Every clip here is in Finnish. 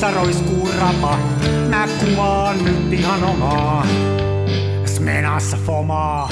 Tuulessa roiskuu rapa, mä kuvaan nyt ihan omaa Smenassa fomaa.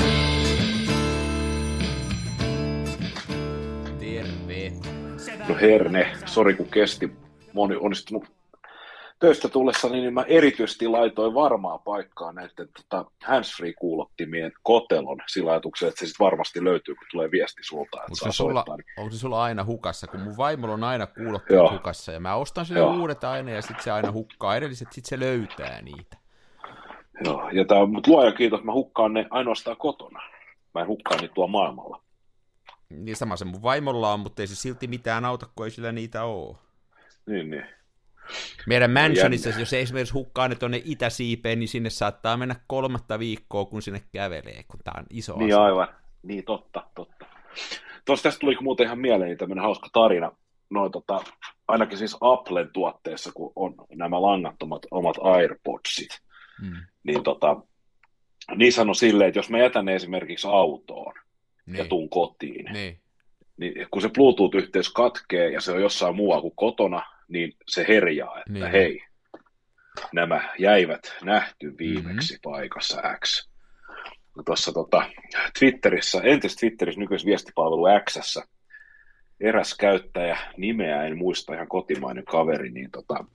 Terve. No herne, sori kun kesti moni onnistunut töistä tullessani, niin mä erityisesti laitoin varmaa paikkaa näiden handsfree-kuulottimien kotelon sillä ajatuksella, että se sitten varmasti löytyy, kun tulee viesti sulta, että saa soittaa. Onko se sulla aina hukassa, kun mun vaimolla on aina kuulokkeet hukassa, ja mä ostan sille uudet aina, ja sitten se aina hukkaa edelliset, sitten se löytää niitä. Joo, ja tämä on, mutta luojan kiitos, mä hukkaan ne ainoastaan kotona. Mä en hukkaa niitä tuolla maailmalla. Niin sama se mun vaimolla on, mutta ei se silti mitään auta, kun ei sillä niitä ole. Niin. Meidän mansionissa, jos ei esimerkiksi hukkaa ne tuonne itäsiipeen, niin sinne saattaa mennä 3 viikkoa, kun sinne kävelee, kun tää on iso asia. Niin aivan, niin totta. Tuossa tästä tuli muuten ihan mieleeni tämmöinen hauska tarina. Ainakin siis Applen tuotteessa, kun on nämä langattomat omat AirPodsit, niin niissä on silleen, että jos mä jätän ne esimerkiksi autoon ja tuun kotiin, niin kun se Bluetooth-yhteys katkee ja se on jossain muualla kuin kotona, niin se herjaa, että hei, nämä jäivät nähty viimeksi paikassa X. Tuossa Twitterissä, nykyisessä viestipalvelu X:ssä, eräs käyttäjä, nimeä en muista, ihan kotimainen kaveri, niin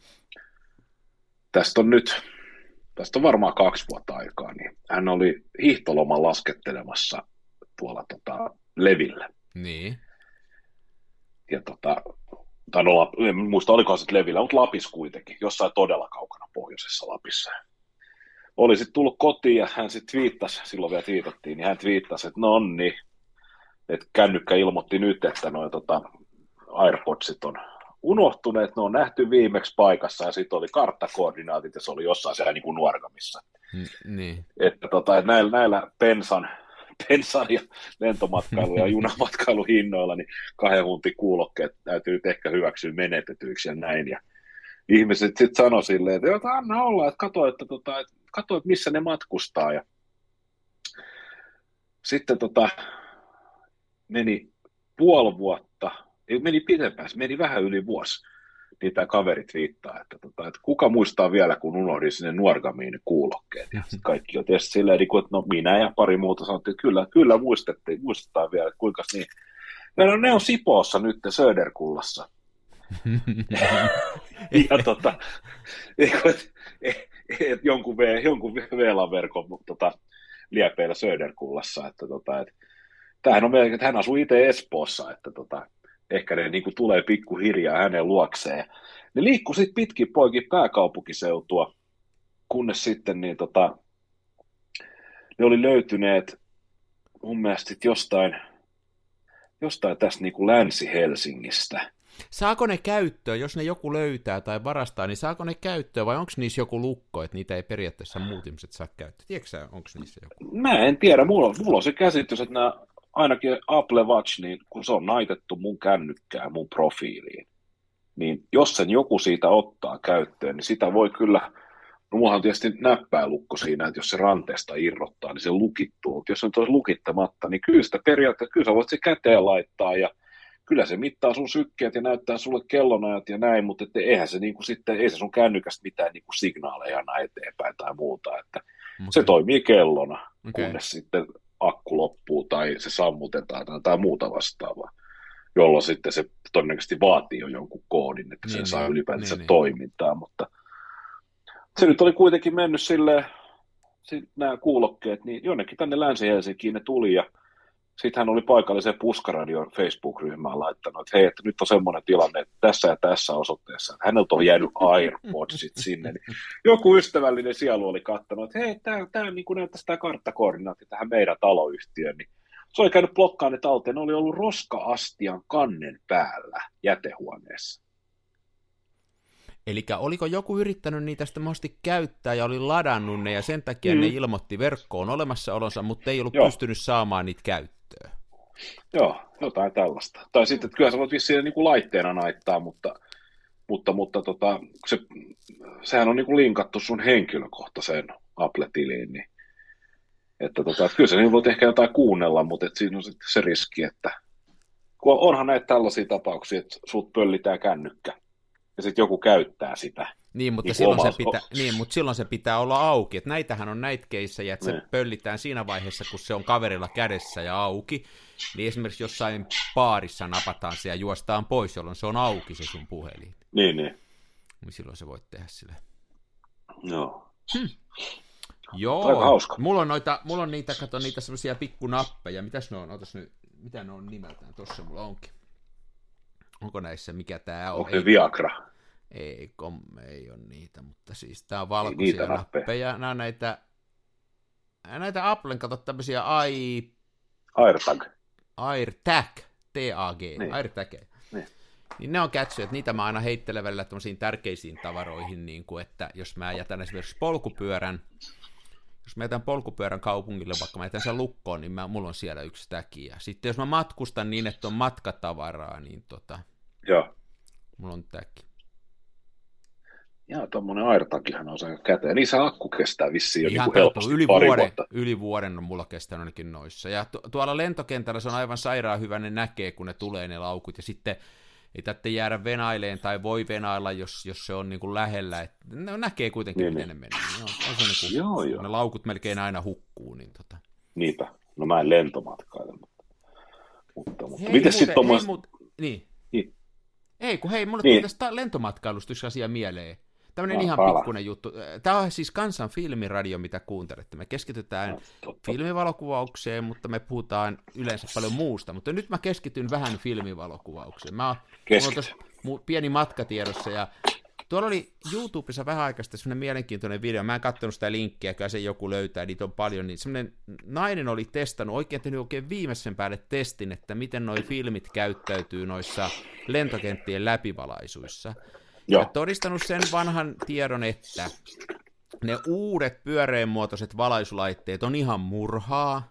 tästä on varmaan 2 vuotta aikaa, niin hän oli hiihtoloman laskettelemassa tuolla Levillä. Niin. Ja en muista olikohan sitten Levillä, mutta Lapissa kuitenkin, jossain todella kaukana pohjoisessa Lapissa. Oli sitten tullut kotiin ja hän sitten twiittasi, silloin vielä twiitattiin, niin hän twiittasi, että nonni, että kännykkä ilmoitti nyt, että nuo AirPodsit on unohtuneet, ne on nähty viimeksi paikassa ja sitten oli karttakoordinaatit ja se oli jossain siellä niin kuin Nuorgamissa. Niin. Että näillä pensan ja lentomatkailu- ja junamatkailuhinnoilla, niin 2 huntin kuulokkeet täytyy nyt ehkä hyväksyä menetetyiksi ja näin. Ja ihmiset sitten sanoi silleen, että anna olla, että katso, että missä ne matkustaa. Ja sitten meni puoli vuotta, ei meni pitempään, meni vähän yli vuosi. Niin tämä kaveri twiittaa, että kuka muistaa vielä, kun unohdin sinne Nuorgamiin kuulokkeet. Ja kaikki on tietysti silleen, että no minä ja pari muuta sanottiin, että kyllä muistetaan vielä, että kuinka niin. No, ne on Sipoossa nyt Söderkullassa. Ja jonkun VLAN-verkon liepeillä Söderkullassa. Että tämähän on melkein, että hän asuu itse Espoossa, että ehkä ne niin kuin tulee pikkuhiljaa hänen luokseen. Ne liikkui sitten pitkin poikin pääkaupunkiseutua, kunnes sitten niin ne oli löytyneet mun mielestä sit jostain tästä niin kuin Länsi-Helsingistä. Saako ne käyttöön, jos ne joku löytää tai varastaa, niin saako ne käyttöön vai onko niissä joku lukko, että niitä ei periaatteessa muut ihmiset saa käyttöön? Tiedätkö sä, onko niissä joku? Mä en tiedä, mulla on se käsitys, että nämä ainakin Apple Watch, niin kun se on naitettu mun kännykkään, mun profiiliin, niin jos sen joku siitä ottaa käyttöön, niin sitä voi kyllä, no mullahan on tietysti näppäilukko siinä, että jos se ranteesta irrottaa, niin se lukittuu, mutta jos se olisi lukittamatta, niin kyllä sitä periaatteessa, kyllä sä voit se käteen laittaa, ja kyllä se mittaa sun sykkeet ja näyttää sulle kellonajat ja näin, mutta eihän se niinku sitten, ei se sun kännykästä mitään niinku signaaleja anna eteenpäin tai muuta, että se toimii kellona, kunnes sitten akku loppuu tai se sammutetaan tai muuta vastaavaa, jolloin sitten se todennäköisesti vaatii jo jonkun koodin, että sen saa ylipäätänsä toimintaa, mutta se nyt oli kuitenkin mennyt silleen, nämä kuulokkeet, niin jonnekin tänne Länsi-Helsinkiin ne tuli ja sitten hän oli paikalliseen Puskaradion Facebook-ryhmään laittanut, että hei, että nyt on semmoinen tilanne, että tässä ja tässä osoitteessa, että häneltä on jäänyt AirPodsit sinne. Niin joku ystävällinen sielu oli katsonut, että hei, tämä niin kuin näyttäisi tämä karttakoordinaatti tähän meidän taloyhtiöön. Niin se oli käynyt blokkaamaan ne talteen, ne oli ollut roska-astian kannen päällä jätehuoneessa. Eli oliko joku yrittänyt niitä sitten mahdollisesti käyttää ja oli ladannut ne ja sen takia ne ilmoitti verkkoon olemassaolonsa, mutta ei ollut pystynyt saamaan niitä käyttöön? Joo, jotain tällaista. Tai sitten, että kyllä sä voit vissiin niin kuin laitteena naittaa, mutta sehän on niin kuin linkattu sun henkilökohtaiseen Apple-tiliin, niin että kyllä sä niin voit ehkä jotain kuunnella, mutta että siinä on sitten se riski, että onhan näitä tällaisia tapauksia, että sut pöllitään kännykkä. Ja sitten joku käyttää sitä Niin, mutta, Niin silloin se pitää olla auki. Et näitähän on näitä keissejä, että se pöllitään siinä vaiheessa, kun se on kaverilla kädessä ja auki. Niin esimerkiksi jossain baarissa napataan se ja juostaan pois, jolloin se on auki se sun puhelin. Niin. Niin silloin se voit tehdä silleen. Joo. Joo, aika hauska. Mulla on niitä, kato niitä semmoisia pikkunappeja. Mitäs ne on? Otas nyt, mitä ne on nimeltään? Tossa mulla onkin. Onko näissä, mikä tää on? Onko ne Viagra? Ei ole niitä, mutta siis tää on valkoisia nappeja. Nämä on näitä Applen, kato tämmöisiä AirTag. TAG, Niin. AirTag. Niin ne on kätsyjä, että niitä mä aina heittelen välillä tämmöisiin tärkeisiin tavaroihin, niin kuin, että jos mä jätän esimerkiksi polkupyörän kaupungille, vaikka mä jätän sen lukkoon, niin mulla on siellä yksi täki. Ja sitten jos mä matkustan niin, että on matkatavaraa, niin Joo. mulla on täki. Jaa, tommonen AirTagihan on aika käteen. Niissä akku kestää vissiin jo Ihan niin helposti pari vuotta. Yli vuoden on mulla kestänyt ainakin noissa. Ja tuolla lentokentällä se on aivan sairaan hyvä, ne näkee, kun ne tulee ne laukut. Ja sitten ei tarvitse jäädä venaileen tai voi venailla, jos se on niin kuin lähellä. Et ne näkee kuitenkin, miten ne menee. On se niin kuin, Joo. ne laukut melkein aina hukkuu. Niin Niinpä. No mä en lentomatkaile, mutta miten sitten tuommoista... Niin. Mulle niin. tuli tästä lentomatkailusta yksi asia mieleen. Tämmöinen ihan pikkuinen juttu. Tämä on siis Kansan filmiradio, mitä kuuntelette. Me keskitytään filmivalokuvaukseen, mutta me puhutaan yleensä paljon muusta. Mutta nyt mä keskityn vähän filmivalokuvaukseen. Mulla on tuossa pieni matkatiedossa ja tuolla oli YouTubessa vähän aikaista semmoinen mielenkiintoinen video. Mä en katsonut sitä linkkiä, kyllä se joku löytää, niitä on paljon. Niin semmoinen nainen oli testannut, tehnyt oikein viimeisen päälle testin, että miten noi filmit käyttäytyy noissa lentokenttien läpivalaisuissa. Ja todistanut sen vanhan tiedon, että ne uudet pyöreänmuotoiset valaisulaitteet on ihan murhaa.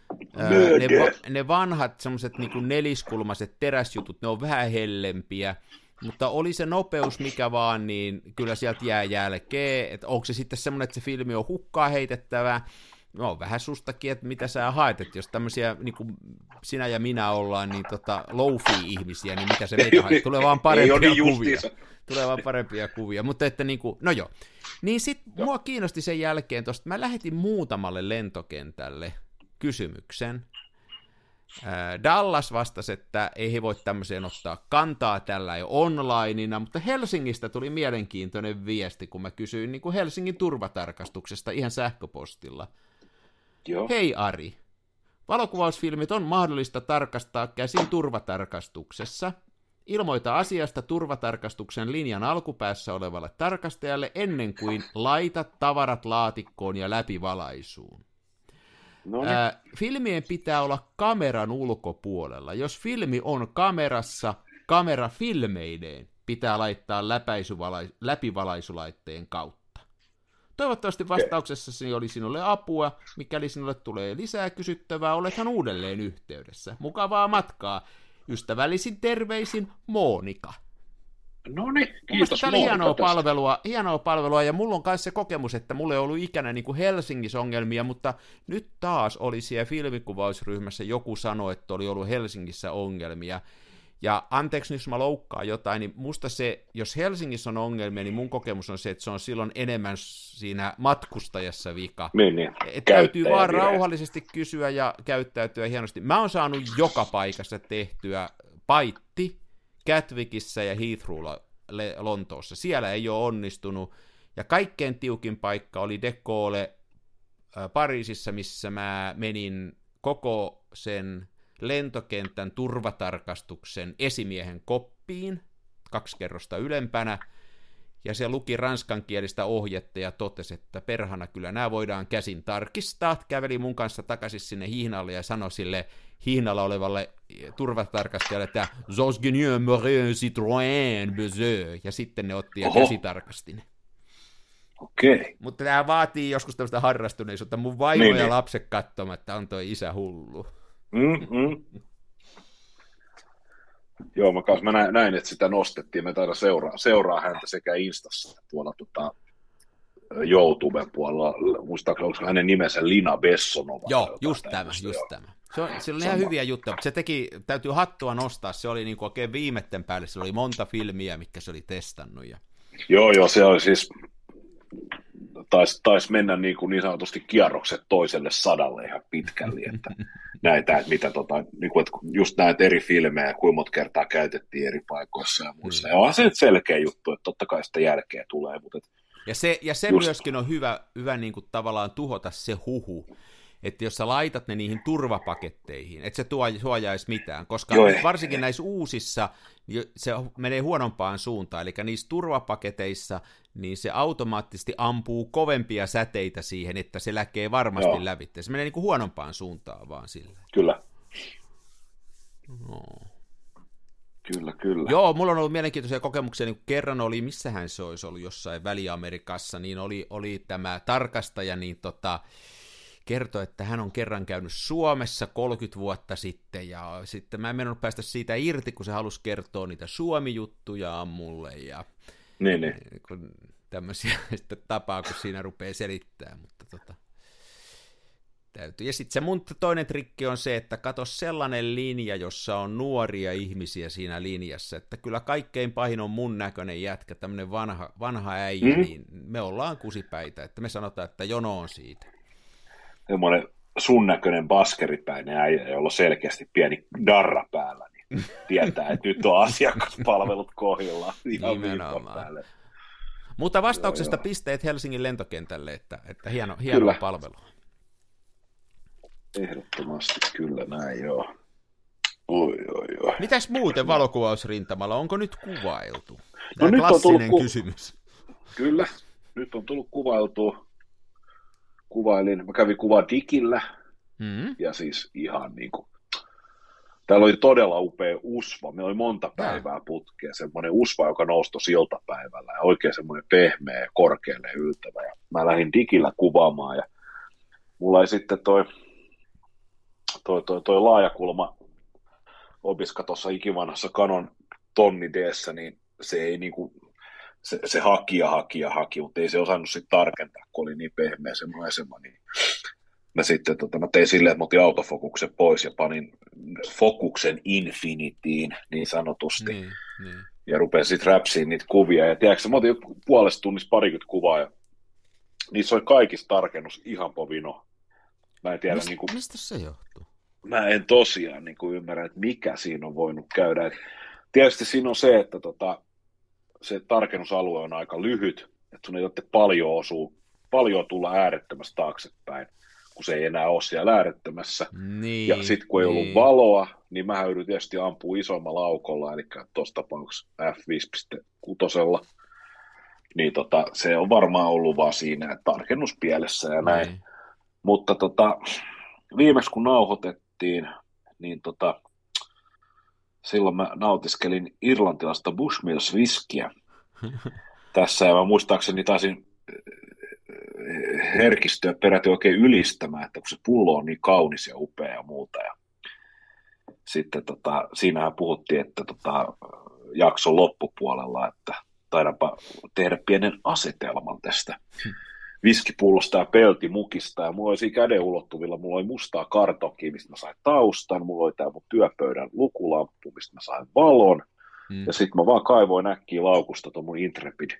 Ne vanhat semmoiset niin neliskulmaiset teräsjutut, ne on vähän hellempiä. Mutta oli se nopeus mikä vaan, niin kyllä sieltä jää jälkeen. Että onko se sitten semmoinen, että se filmi on hukkaa heitettävä? No vähän sustakin, että mitä sä haet, että jos tämmöisiä niin kuin sinä ja minä ollaan, niin low-fi-ihmisiä, niin mitä se meitä haet? Tulee vaan parempia kuvia. Mutta että niin kuin, no joo. Niin sit mua kiinnosti sen jälkeen tosta, mä lähetin muutamalle lentokentälle kysymyksen. Dallas vastasi, että ei he voi tämmöiseen ottaa kantaa tällä ei onlineina, mutta Helsingistä tuli mielenkiintoinen viesti, kun mä kysyin niin kuin Helsingin turvatarkastuksesta ihan sähköpostilla. Joo. Hei Ari, valokuvausfilmit on mahdollista tarkastaa käsin turvatarkastuksessa. Ilmoita asiasta turvatarkastuksen linjan alkupäässä olevalle tarkastajalle ennen kuin laitat tavarat laatikkoon ja läpivalaisuun. Filmien pitää olla kameran ulkopuolella. Jos filmi on kamerassa, kamera filmeineen pitää laittaa läpivalaisulaitteen kautta. Toivottavasti vastauksessasi oli sinulle apua. Mikäli sinulle tulee lisää kysyttävää, olethan uudelleen yhteydessä. Mukavaa matkaa. Ystävällisin terveisin Monika. No niin, kiitos Monika. Hienoa palvelua, ja mulla on myös se kokemus, että mulla ei ollut ikänä niin kuin Helsingissä ongelmia, mutta nyt taas oli siellä filmikuvausryhmässä joku sanoi, että oli ollut Helsingissä ongelmia. Ja anteeksi, jos mä loukkaan jotain, niin musta se, jos Helsingissä on ongelmia, niin mun kokemus on se, että se on silloin enemmän siinä matkustajassa vika. Niin. Täytyy vaan rauhallisesti kysyä ja käyttäytyä hienosti. Mä oon saanut joka paikassa tehtyä paitti Gatwickissä ja Heathrowlla Lontoossa. Siellä ei ole onnistunut. Ja kaikkein tiukin paikka oli De Gaulle Pariisissa, missä mä menin koko sen lentokentän turvatarkastuksen esimiehen koppiin 2 kerrosta ylempänä, ja se luki ranskankielistä ohjetta ja totesi, että perhana kyllä nämä voidaan käsin tarkistaa. Käveli mun kanssa takaisin sinne hihnalle ja sanoi sille hihnalla olevalle turvatarkastajalle, että «Zos gagné Morin Citroën Bezeux», ja sitten ne otti ja käsitarkastin. Okei. Mutta tämä vaatii joskus tämmöistä harrastuneisuutta. Mun vaimo ja lapset katsomatta on toi isä hullu. Joo, mä näin, että sitä nostettiin. Me taida seuraa häntä sekä Instassa tuolla YouTuben puolella. Muistaakseni, onko hänen nimensä Lina Bessonova? Joo, just tämä. Se oli ihan hyviä juttuja, mutta se täytyy hattua nostaa. Se oli niin kuin oikein viimetten päälle. Se oli monta filmiä, mitkä se oli testannut. Ja Joo, se oli siis, taisi mennä niin sanotusti kierrokset toiselle sadalle ihan pitkälle, että näitä, että mitä niin kuin, että just näitä eri filmejä, kuinka monta kertaa käytettiin eri paikoissa ja muissa. Ja onhan se nyt selkeä juttu, että totta kai sitä jälkeä tulee. Mutta ja se just myöskin on hyvä niin kuin tavallaan tuhota se huhu, että jos sä laitat ne niihin turvapaketteihin, et se suojaisi mitään, koska varsinkin näissä uusissa se menee huonompaan suuntaan, eli niissä turvapaketeissa niin se automaattisesti ampuu kovempia säteitä siihen, että se läkee varmasti lävitse. Se menee niin kuin huonompaan suuntaan vaan sillä. Kyllä. No. Kyllä. Joo, mulla on ollut mielenkiintoisia kokemuksia, niin kerran oli, missähän se olisi ollut jossain Väli-Amerikassa, niin oli tämä tarkastaja, niin kertoi, että hän on kerran käynyt Suomessa 30 vuotta sitten, ja sitten mä en mennyt päästä siitä irti, kun se halusi kertoa niitä Suomi-juttujaan mulle, ja niin. Kun tämmöisiä sitten tapaa, kun siinä rupeaa selittämään, mutta täytyy. Ja sitten se mun toinen trikki on se, että kato sellainen linja, jossa on nuoria ihmisiä siinä linjassa, että kyllä kaikkein pahin on mun näköinen jätkä, tämmöinen vanha äijä, niin me ollaan kusipäitä, että me sanotaan, että jono on siitä. Semmoinen sun näköinen baskeripäinen äijä, jolla on selkeästi pieni darra päällä, niin tietää, että nyt on asiakaspalvelut kohdillaan. Nimenomaan. Mutta vastauksesta pisteet Helsingin lentokentälle, että hieno palvelu. Ehdottomasti kyllä näin, joo. Oi. Mitäs muuten valokuvausrintamalla, onko nyt kuvailtu? No nyt klassinen kysymys. Kyllä, nyt on tullut kuvailtua. Mä kävin kuvaa digillä, ja siis ihan niin kuin, täällä oli todella upea usva, meillä oli monta päivää putkea, semmoinen usva, joka nousi tosi iltapäivällä, ja oikein semmoinen pehmeä, korkealle yltävä, ja mä lähdin digillä kuvaamaan, ja mulla ei sitten toi laajakulma opiska tuossa ikivanhassa Canon tonni D:ssä, niin se ei niinku, se haki, mutta ei se osannut sitten tarkentaa, kun oli niin pehmeä se maisema, niin mä sitten mä tein silleen, että mä otin autofokuksen pois ja panin fokuksen infinityin niin sanotusti. Niin. Ja rupesin sitten räpsiin niitä kuvia. Ja tiedätkö, mä otin puolesta tunnissa 20 kuvaa ja niissä oli kaikista tarkennus ihan povino. Mä en tiedä, mistä se johtuu? Mä en tosiaan ymmärrä, että mikä siinä on voinut käydä. Et tietysti siinä on se, että se tarkennusalue on aika lyhyt, että sun ei tarvitse paljon tulla äärettömässä taaksepäin, kun se ei enää ole siellä äärettömässä. Niin, ja sitten kun ei ollut valoa, niin mä yritin tietysti ampua isommalla aukolla, eli tuossa tapauksessa f5.6. Niin se on varmaan ollut vaan siinä, että tarkennuspielessä ja näin. Niin. Mutta viimeksi kun nauhoitettiin, niin silloin mä nautiskelin irlantilaista Bushmills viskiä tässä, ja mä muistaakseni taisin herkistyä peräti oikein ylistämään, että kun se pullo on niin kaunis ja upea ja muuta. Ja sitten siinähän puhuttiin, että jakson loppupuolella, että taidaanpa tehdä pienen asetelman tästä viskipullosta ja peltimukista, ja mulla oli siinä käden ulottuvilla, mulla oli mustaa kartonkia, mistä mä sain taustan, mulla oli tää mun työpöydän lukulamppu, mistä mä sain valon, ja sitten mä vaan kaivoin äkkiä laukusta ton mun Intrepid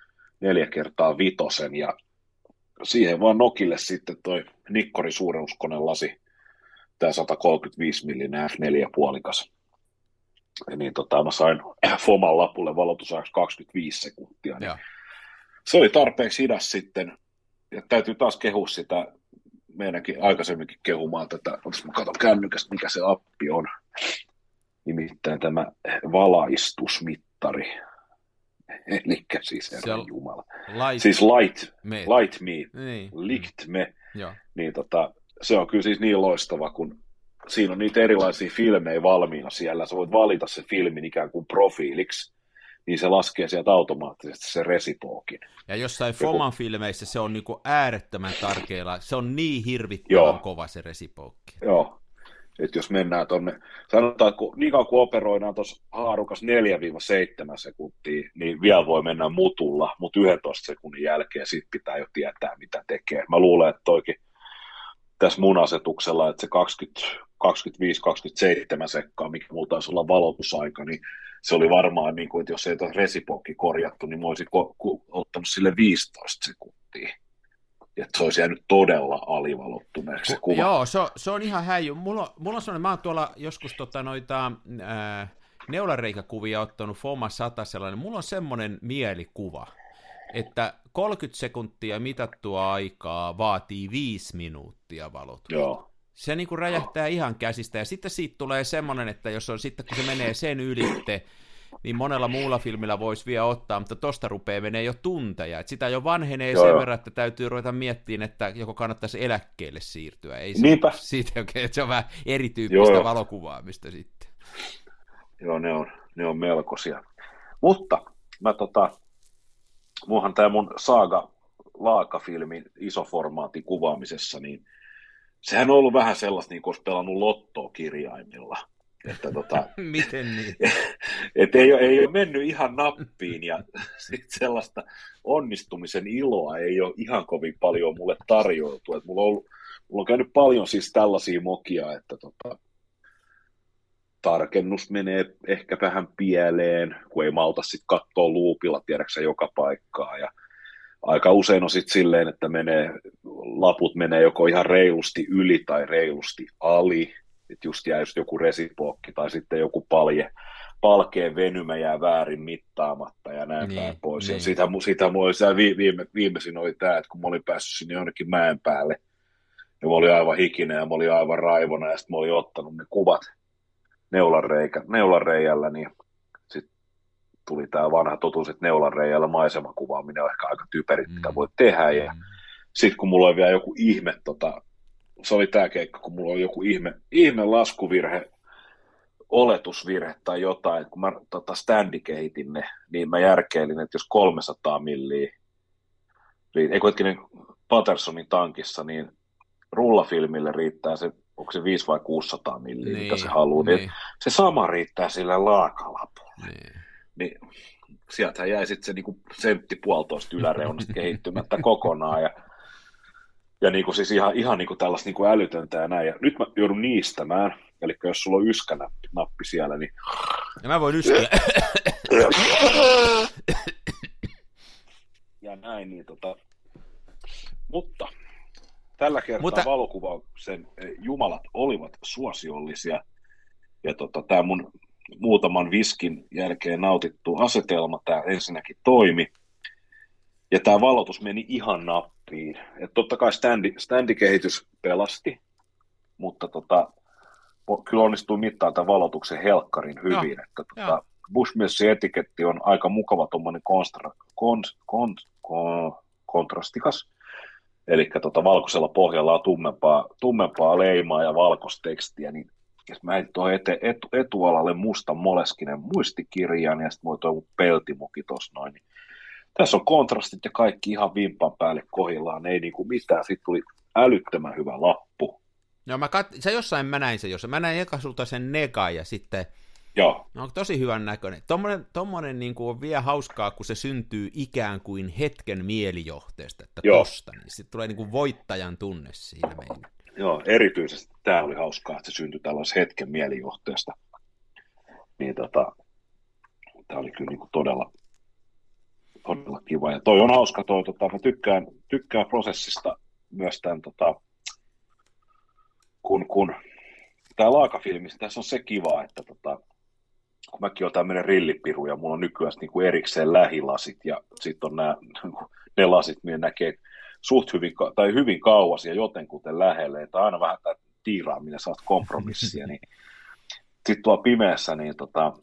4x5, ja siihen vaan nokille sitten toi Nikkorin suurennuskonen lasi, tää 135 mm f4,5. Niin mä sain Foman lapulle valotusajaksi 25 sekuntia, niin se oli tarpeeksi hidas sitten. Ja täytyy taas kehua sitä, meidänkin aikaisemminkin kehumaan tätä, mä katson kännykästä, mikä se appi on. Nimittäin tämä valaistusmittari. Elikkä siis herran jumala. Siis Light Me. Niin. Light Me. Niin se on kyllä siis niin loistava, kun siinä on niitä erilaisia filmejä valmiina siellä. Sä voit valita se filmin ikään kuin profiiliksi. Niin se laskee sieltä automaattisesti se resipookin. Ja jossain Foman filmeissä se on niinku äärettömän tarkeilla, se on niin hirvittävän kova se resipookki. Joo, että jos mennään tonne, sanotaan, että niin kauan kun operoidaan tuossa haarukas 4-7 sekuntia, niin vielä voi mennä mutulla, mutta 11 sekunnin jälkeen sit pitää jo tietää, mitä tekee. Mä luulen, että toikin tässä mun asetuksella, että se 25-27 sekkaa, mikä mulla taisi olla valotusaika, niin se oli varmaan, niin kuin, että jos ei tuo resipokki korjattu, niin mä olisin ottanut sille 15 sekuntia. Että se olisi jäänyt todella alivalottuneeksi se kuva. Joo, se on ihan häijy. Mulla on sellainen, mä oon tuolla joskus noita neulareikäkuvia ottanut Foma 100 sellainen, mulla on semmoinen mielikuva, että 30 sekuntia mitattua aikaa vaatii 5 minuuttia valotusta. Joo. Se niin kuin räjähtää ihan käsistä, ja sitten siitä tulee semmoinen, että jos on sitten, kun se menee sen ylitte, niin monella muulla filmillä voisi vielä ottaa, mutta tosta rupeaa menee jo tunteja, että sitä jo vanhenee sen verran, että täytyy ruveta miettimään, että joko kannattaisi eläkkeelle siirtyä, ei Niinpä. Siitä oikein, että se on vähän erityyppistä valokuvaamista sitten. Joo, ne on melkoisia. Mutta muuhan tämä mun Saaga Laaka-filmin isoformaatin kuvaamisessa, niin sehän on ollut vähän sellaista, niin kuin olisi pelannut lottoa kirjaimilla. Että Miten niin? Että ei ole mennyt ihan nappiin, ja sit sellaista onnistumisen iloa ei ole ihan kovin paljon mulle tarjoiltu. Että mulla on käynyt paljon siis tällaisia mokia, että tarkennus menee ehkä vähän pieleen, kun ei malta sitten katsoa luupilla, tiedäksä, joka paikkaa. Ja aika usein on sitten silleen, että laput menee joko ihan reilusti yli tai reilusti ali. Että just jää just joku resipookki tai sitten joku palkeen venymä jää väärin mittaamatta ja näin päin pois. Niin. Ja sitä viimeisin oli tämä, että kun mä olin päässyt sinne jonnekin mäen päälle, ja mä olin aivan hikinen ja mä olin aivan raivona, ja sitten mä olin ottanut ne kuvat neulanreijällä, niin sitten tuli tämä vanha totuus, että neulanreijällä maisemakuvaaminen on ehkä aika typerit, mitä voi tehdä. Ja sitten kun mulla oli vielä joku ihme, se oli tämä keikka, kun mulla oli joku ihme laskuvirhe, oletusvirhe tai jotain, kun mä standi kehitin ne, niin mä järkeilin, että jos 300 milliä, Pattersonin tankissa, niin rullafilmille riittää se, onko se 5 vai 600 milliä, mitä se haluaa, niin se sama riittää sille laakalapulle. Niin sieltähän jäi sitten se niinku sentti puolitoista yläreunasta kehittymättä kokonaan, ja niinku siis ihan niinku tällaista niinku älytöntä ja näin. Ja nyt mä joudun niistämään, eli jos sulla on yskänappi siellä, niin... Ja mä voin yskää. Ja näin, niin Mutta tällä kertaa valokuvauksen jumalat olivat suosiollisia. Ja tämä mun muutaman viskin jälkeen nautittu asetelma, tämä ensinnäkin toimi. Ja tämä valotus meni ihan nappiin. Et totta kai standikehitys pelasti, mutta kyllä onnistui mittaan tämän valotuksen helkkarin hyvin. Että Bushmilsin etiketti on aika mukava tuommoinen kontrastikas. Eli valkoisella pohjalla on tummempaa leimaa ja valkoistekstiä, niin jos mä heitin tuohon etualalle mustan moleskinen muistikirjan ja sitten voi tuo peltimuki tuossa noin, niin tässä on kontrastit ja kaikki ihan vimpan päälle kohillaan, ei niinku mitään. Sitten tuli älyttömän hyvä lappu. Joo, mä näin sen jossain. Mä näin eka sulta sen nega ja sitten... Joo. No, on tosi hyvän näköinen. Tommonen niinku on vielä hauskaa, kun se syntyy ikään kuin hetken mielijohteesta, että tosta, niin sitten tulee niinku voittajan tunne siinä meidän. Joo, erityisesti tämä oli hauskaa, että se syntyi tällaisen hetken mielijohteesta. Niin tämä oli kyllä niinku todella kiva. Ja toi on hauska, mä tykkään prosessista myös tämän, kun tämä Laaka-filmissä, tässä on se kiva, että kun mäkin olen tämmöinen rillipiru ja mulla on nykyään niin kuin erikseen lähilasit ja sitten on ne lasit, minä näkee suht hyvin kauas ja jotenkuten lähelle, että aina vähän tämä tiiraaminen saa kompromissia, niin sitten tuolla pimeässä, niin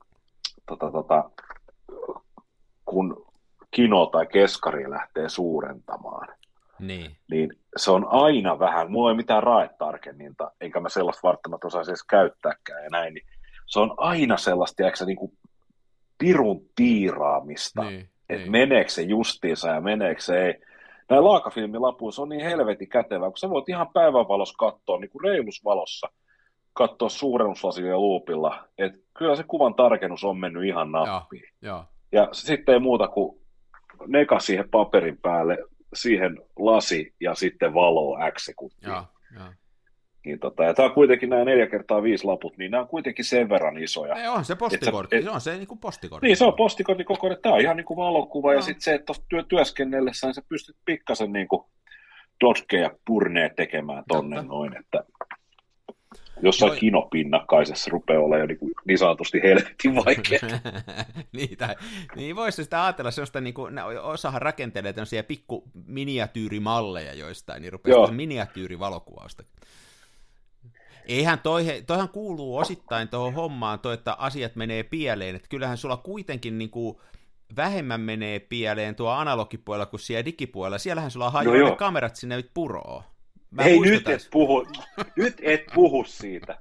kun kino tai keskari lähtee suurentamaan, niin se on aina vähän, mulla ei mitään raetarkenninta, enkä mä sellaista välttämättä osaisi edes käyttääkään ja näin, niin se on aina sellaista, niin kuin pirun tiiraamista, että meneekö se justiinsa ja meneekö se ei. Näin Laaka-filmilapuissa on niin helvetin kätevää, kun sä voit ihan päivänvalossa katsoa, niin kuin reilusvalossa, katsoa suurennuslasilla ja luupilla, että kyllä se kuvan tarkennus on mennyt ihan nappiin. Ja sitten ei muuta kuin neka siihen paperin päälle, siihen lasi ja sitten valoa X sekuntia. Ja tämä on kuitenkin nämä 4x5 laput, niin nämä on kuitenkin sen verran isoja. Ei, on se postikortti, se on se niin kuin postikortti. Niin, se on postikortin kokoinen. Tämä on ihan niin kuin valokuva, ja sitten se, että työskennellessä niin sä pystyt pikkasen niin kuin dodgeja purneet tekemään tonne noin, että jossain kinopinnakkaisessa rupeaa olemaan jo niin sanotusti helvetin vaikeaa. niin voisi sitä ajatella, sellaista, niin kuin, osahan rakentelee tämmöisiä pikku miniatyyrimalleja joistain, niin rupeaa miniatyyrivalokuvausta. Eihän toihan kuuluu osittain tuohon hommaan, että asiat menee pieleen, että kyllähän sulla kuitenkin niin kuin vähemmän menee pieleen tuo analogipuolella kuin siellä digipuolella. Siellähän sulla hajoaa ne kamerat sinne puroon. Hei, nyt et puhu siitä.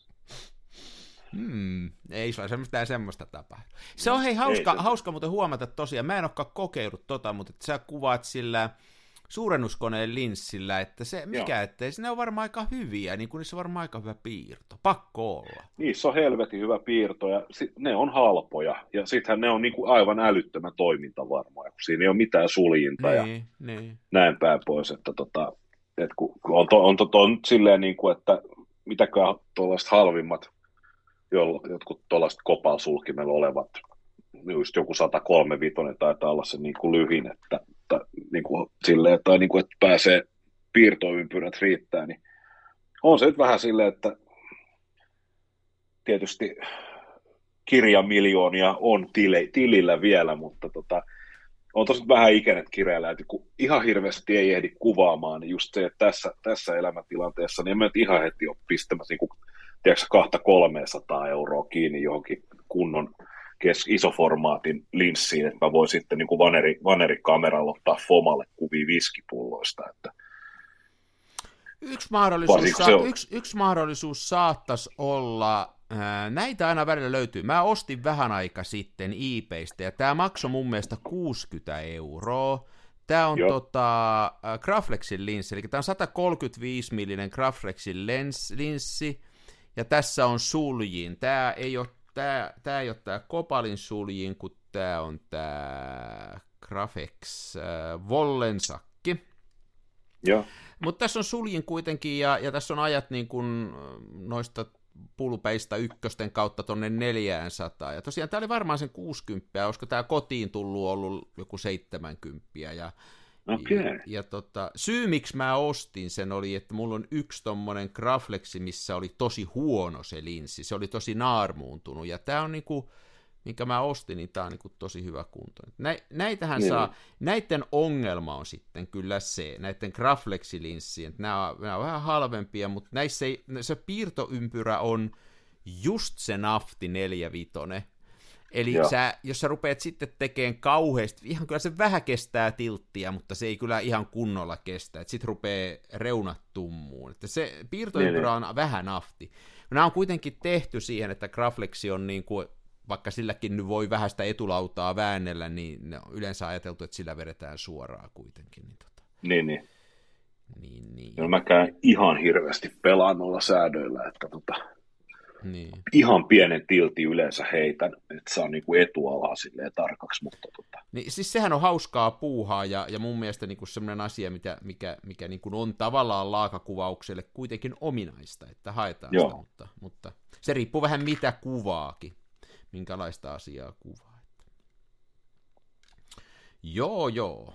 Ei se ole semmoista tapaa. Se on hauska muuten huomata tosiaan. Mä en olekaan kokeillut mutta että sä kuvaat sillä suurennuskoneen linssillä, että ettei ne on varmaan aika hyviä, niin kuin niissä on varmaan aika hyvä piirto. Pakko olla. Niissä on helvetin hyvä piirto, ja ne on halpoja, ja sittenhän ne on niin kuin aivan älyttömän toimintavarmoja, kun siinä ei ole mitään suljinta ja näin päin pois, että kun on silleen, niin kuin, että mitäkään tuollaiset halvimmat, jotkut tuollaiset kopalsulkimella olevat, just joku 135 taitaa olla se niin kuin lyhin, että niin kuin silleen, tai niin kuin, että pääsee piirtoympyrät riittää, niin on se nyt vähän silleen, että tietysti kirjamiljoonia on tilillä vielä, mutta on tosi vähän ikänet kireillä, että kun ihan hirveästi ei ehdi kuvaamaan, niin just se, että tässä elämäntilanteessa, niin en mä ihan heti ole pistämässä niin kuin, tiedätkö, 200-300 euroa kiinni johonkin kunnon isoformaatin linssiin, että mä voin sitten niin kuin vanerikameralla ottaa Fomalle kuvia viskipulloista. Että yksi mahdollisuus saattaisi olla, näitä aina välillä löytyy. Mä ostin vähän aika sitten eBaystä, ja tämä maksoi mun mielestä 60 €. Tämä on Graflexin linssi, eli tämä on 135 millinen Graflexin linssi, ja tässä on suljin. Tämä ei ole tämä Copalin suljin, kun tämä on tämä Grafex Wollensakki. Joo. Mutta tässä on suljin kuitenkin, ja tässä on ajat niin kuin noista pulpeista ykkösten kautta tonne 400. Ja tosiaan tämä oli varmaan sen 60, olisiko tämä kotiin tullut ollut joku 70. Ja syy, miksi mä ostin sen, oli, että mulla on yksi tommonen Graflexi, missä oli tosi huono se linssi. Se oli tosi naarmuuntunut, ja tää on niinku, minkä mä ostin, niin tää on niinku tosi hyvä kunto. Näitähän saa, näiden ongelma on sitten kyllä näiden Graflexi-linssien, että nämä on vähän halvempia, mutta näissä se piirtoympyrä on just se nafti 4.5. Eli jos sä rupeat sitten tekemään kauheasti, ihan kyllä se vähän kestää tilttiä, mutta se ei kyllä ihan kunnolla kestä, että sitten rupeaa reunat tummuun. Että se piirtoympyrä on vähän nafti. Nämä on kuitenkin tehty siihen, että Graflexi on niin kuin, vaikka silläkin nyt voi vähän sitä etulautaa väännellä, niin ne on yleensä ajateltu, että sillä vedetään suoraan kuitenkin. Niin. No mä käyn ihan hirveästi pelaan noilla säädöillä, että ihan pienen tilti yleensä heitän, että saa niinku etualaa silleen tarkaksi, mutta Niin, siis sehän on hauskaa puuhaa, ja mun mielestä niinku semmoinen asia, mikä niinku on tavallaan laakakuvaukselle kuitenkin ominaista, että haetaan sitä, mutta se riippuu vähän mitä kuvaakin, minkälaista asiaa kuvaa. Joo.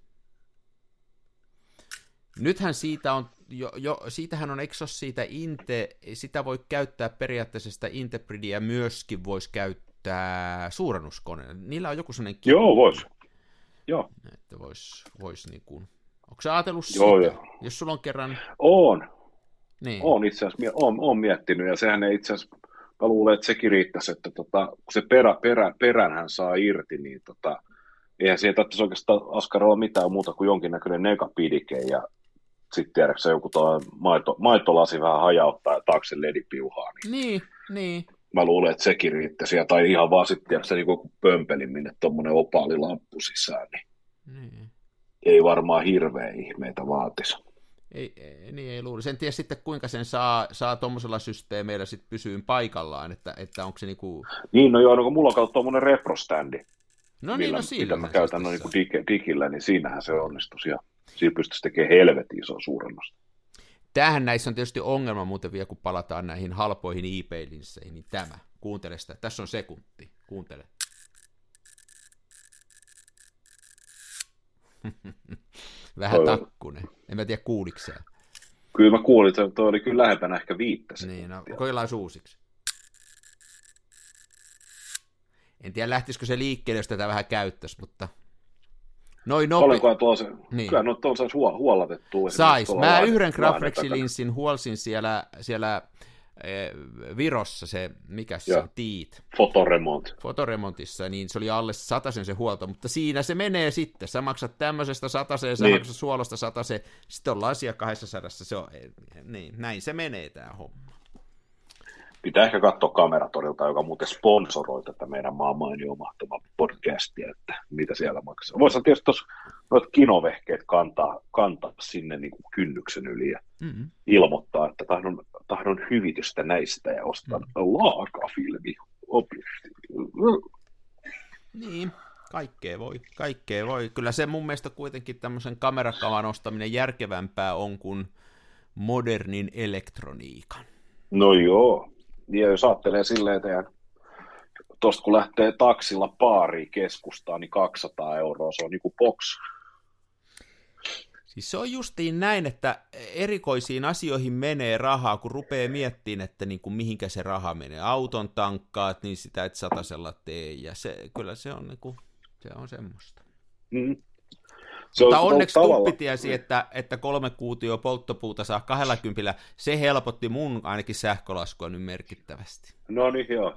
Nythän siitä on siitähän on, eikö se ole siitä sitä voi käyttää periaatteessa sitä Interbridia myöskin voisi käyttää suurennuskoneella. Niillä on joku sellainen Joo, voisi. Joo. Että vois niin kuin, onko sä ajatellut sitä? Jos sulla on kerran... Niin. Olen itse asiassa, olen miettinyt, ja sehän ei itse asiassa, mä luulen, että sekin riittäisi, että kun se peränhän saa irti, niin eihän siihen tarvitsisi oikeastaan askaralla mitään muuta kuin jonkinnäköinen negapidike, ja sitten tiedätkö joku maitolasi vähän hajauttaa ja taakse ledipiuhaa. Niin. Mä luulen, että sekin riittäisi. Tai ihan vaan sitten tiedätkö niin pömpelin, minne tuommoinen opaalilamppu sisään. Niin. Ei varmaan hirveän ihmeitä vaatisi. Ei luule. Sen tiedä sitten, kuinka sen saa tuommoisella systeemeillä sitten pysyyn paikallaan, että onko se niinku... Niin, kun mulla on kautta tuommoinen reproständi. Mitä mä käytän niin digillä, niin siinähän se onnistuisi. Ja siinä pystyisi tekemään helvetin isoa suurennusta. Tämähän näissä on tietysti ongelma muuten vielä, kun palataan näihin halpoihin eBay-linsseihin, niin tämä. Kuuntele sitä. Tässä on sekunti. Kuuntele. Vähän takkunen. En mä tiedä, kuuliko se. Kyllä mä kuulin, että toi oli kyllä lähempänä ehkä 5 sekuntia. Niin, no, kokeillaan uusiksi. En tiedä, lähtisikö se liikkeelle, jos tätä vähän käyttäisi, mutta... Paljonkohan tuollaisen, niin. Kyllä tuolla saisi huollatettua. Sais. Mä yhden Graflexi-linssin huolsin siellä Virossa, se, mikä se on, Tiit. Fotoremontissa, niin se oli alle 100 se huolto, mutta siinä se menee sitten. Sä maksat tämmöisestä 100, sä maksat suolosta 100, sitten ollaan siellä 200, se on, niin, näin se menee tämä homma. Pitää ehkä katsoa Kameratorilta, joka muuten sponsoroi tätä meidän maan mainio mahtavaa podcastia, että mitä siellä maksaa. Voisi tietysti tuossa noita kinovehkeet kantaa sinne niin kuin kynnyksen yli ja ilmoittaa, että tahdon hyvitystä näistä ja ostan laakafilmi objekti. Niin, kaikkea voi. Kyllä se mun mielestä kuitenkin tämmöisen kamerakavan ostaminen järkevämpää on kuin modernin elektroniikan. No joo. Ja jos ajattelee silleen, että tuosta kun lähtee taksilla baariin keskustaan, niin 200 €, se on niin kuin box. Siis se on justiin näin, että erikoisiin asioihin menee rahaa, kun rupeaa miettimään, että niin kuin mihinkä se raha menee. Auton tankkaat, niin sitä et satasella tee, ja kyllä se on, niin kuin, se on semmoista. Mutta onneksi Tuppi tiesi, että 3 kuutio polttopuuta saa 20, se helpotti mun ainakin sähkölaskua nyt merkittävästi. No niin, joo.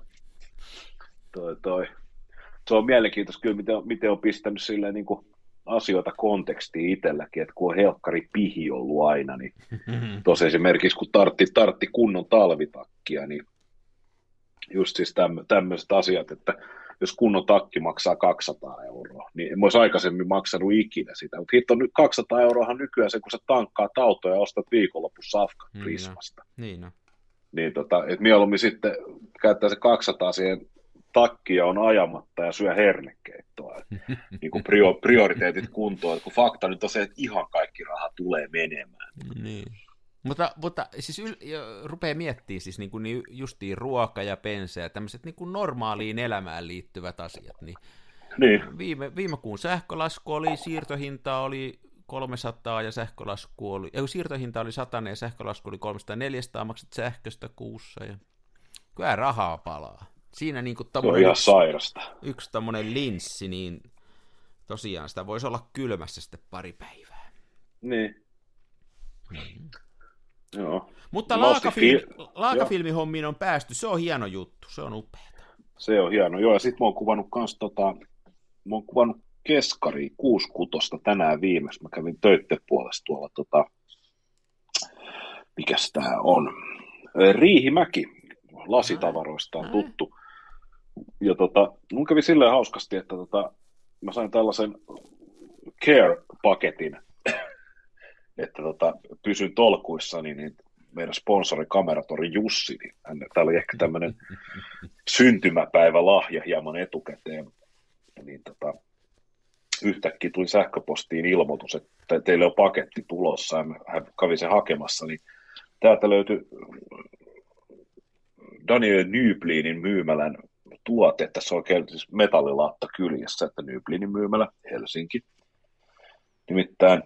Se on mielenkiintoista kyllä, miten on pistänyt silleen niin kuin asioita kontekstiin itselläkin, että kun on helkkari pihi ollut aina, niin tuossa esimerkiksi kun tartti kunnon talvitakkia, niin just siis tämmöiset asiat, että jos kunnon takki maksaa 200 €, niin en olisi aikaisemmin maksanut ikinä sitä, mutta hitto nyt 200 € nykyään se, kun sä tankkaat autoja ja ostat viikonloppuun safkat Prismasta. Niin, että mieluummin sitten käyttää se 200 siihen takkiin ja on ajamatta ja syö hernekeittoa. Niin kuin prioriteetit kuntoon, kun fakta nyt on se, että ihan kaikki raha tulee menemään. Niin. Mutta siis rupeaa miettimään siis niin justiin ruoka ja bensa ja tämmöiset niin kuin normaaliin elämään liittyvät asiat. Niin. Viime kuun sähkölasku oli, siirtohinta oli 300 ja sähkölasku oli, siirtohinta oli 100 ja sähkölasku oli 300-400, maksat sähköstä kuussa ja kyllä rahaa palaa. Siinä niin kuin on ihan sairasta. Yksi tommonen linssi, niin tosiaan sitä voisi olla kylmässä sitten pari päivää. Niin. Joo. Mutta laakafilmihommiin on päästy, se on hieno juttu, se on upeata. Se on hieno, joo, ja sit mä oon kuvannut kans keskaria 6/6 tänään viimeksi, mä kävin töitten puolesta tuolla mikäs tää on, Riihimäki, lasitavaroista on tuttu, ja mun kävi silleen hauskasti, että mä sain tällaisen care-paketin, että pysyn tolkuissani, niin meidän sponsori Kameratori Jussi, niin tää oli ehkä tämmöinen syntymäpäivälahja hieman etukäteen, niin yhtäkkiä tuli sähköpostiin ilmoitus, että teille on paketti tulossa, ja hän kävi sen hakemassa, niin täältä löytyi Daniel Nyblinin myymälän tuote, tässä on oikein siis metallilatta kyljessä, että Nyblinin myymälä Helsinki, nimittäin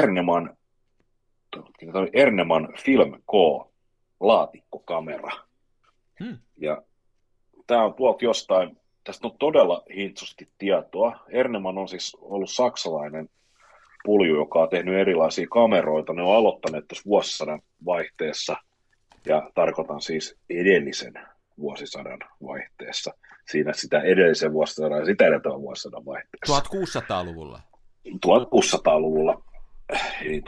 Erneman Film K laatikkokamera. Ja tämä on tuolta jostain, tästä on todella hintsusti tietoa. Erneman on siis ollut saksalainen pulju, joka on tehnyt erilaisia kameroita. Ne on aloittaneet tuossa vuosisadan vaihteessa, ja tarkoitan siis edellisen vuosisadan vaihteessa. Siinä sitä edellisen vuosisadan ja sitä edeltävän vuosisadan vaihteessa. 1600-luvulla. 1600-luvulla. Eli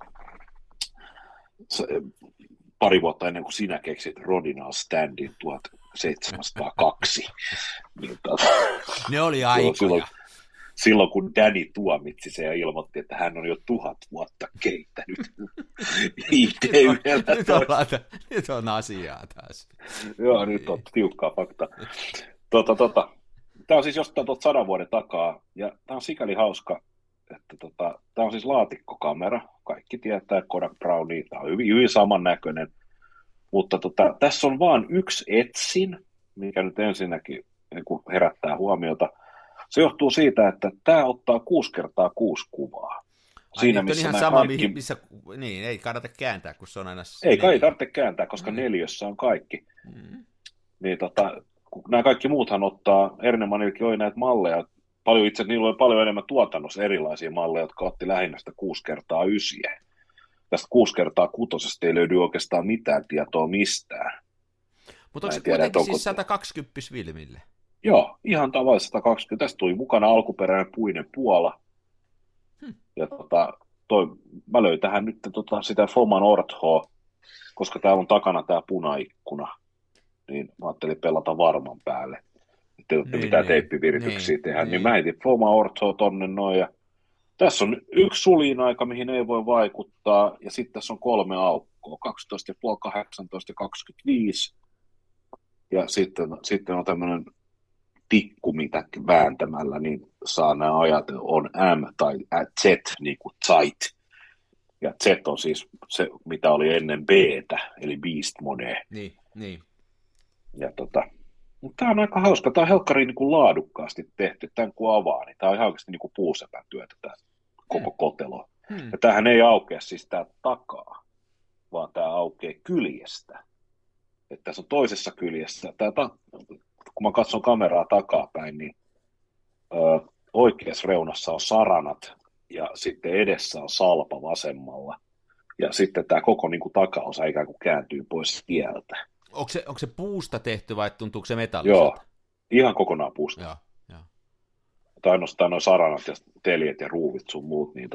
pari vuotta ennen kuin sinä keksit Rodinal Standin 1702. Niin, ne oli aikoja. Silloin kun Danny tuomitsi se ja ilmoitti, että hän on jo 1000 vuotta keittänyt. Nyt on asiaa taas. Joo, nyt on tiukkaa fakta. Tämä on siis jostain 100 vuoden takaa, ja tämä on sikäli hauska, Tämä on siis laatikkokamera. Kaikki tietää Kodak Brownie. Tämä on hyvin, hyvin samannäköinen. Mutta tässä on vain yksi etsin, mikä nyt ensinnäkin niin herättää huomiota. Se johtuu siitä, että tämä ottaa 6x6 kuvaa. Siinä, missä ihan sama, kaikki... missä, niin, ei kannata kääntää, kun se on aina... Ei tarvitse kääntää, koska neliössä on kaikki. Niin kun nämä kaikki muuthan ottaa, Ernemanillekin oli näitä malleja, niillä oli paljon enemmän tuotannossa erilaisia malleja, jotka otti lähinnä sitä 6x9. Tästä 6x6 ei löydy oikeastaan mitään tietoa mistään. Mutta onko se kuitenkin siis 120 filmille? Joo, ihan tavallisesti 120. Tästä tuli mukana alkuperäinen puinen puola. Ja mä löin tähän nyt sitä Foman Orthoa, koska täällä on takana tämä punaikkuna. Niin mä ajattelin pelata varman päälle. Että ei mitään teippivirityksiä tehdä. Niin mä heitin Foma Orthoa tonne noin. Ja tässä on yksi suljinaika, mihin ei voi vaikuttaa. Ja sitten tässä on 3 aukkoa. 12,5, 18 ja 25. Ja sitten on tämmöinen tikku, mitä vääntämällä niin saa nämä ajat on M tai Z, niin kuin Zeit. Ja Z on siis se, mitä oli ennen B:tä, eli Beast Mode. Niin. Ja mutta tämä on aika hauska. Tämä on helkkari niin kuin laadukkaasti tehty. Tämän kun avaa, niin tämä on ihan oikeasti niin kuin puusepän työtä tämä koko kotelo. Ja tämähän ei aukea siis tämä takaa, vaan tämä aukeaa kyljestä. Että tässä on toisessa kyljessä. Kun mä katson kameraa takapäin, niin oikeassa reunassa on saranat ja sitten edessä on salpa vasemmalla. Ja sitten tämä koko niin kuin takaosa ikään kuin kääntyy pois tieltä. Onko se puusta tehty vai tuntuuko se metalliselta? Joo, ihan kokonaan puusta. Joo. Tai ainoastaan nuo saranat ja teljet ja ruuvit sun muut, niin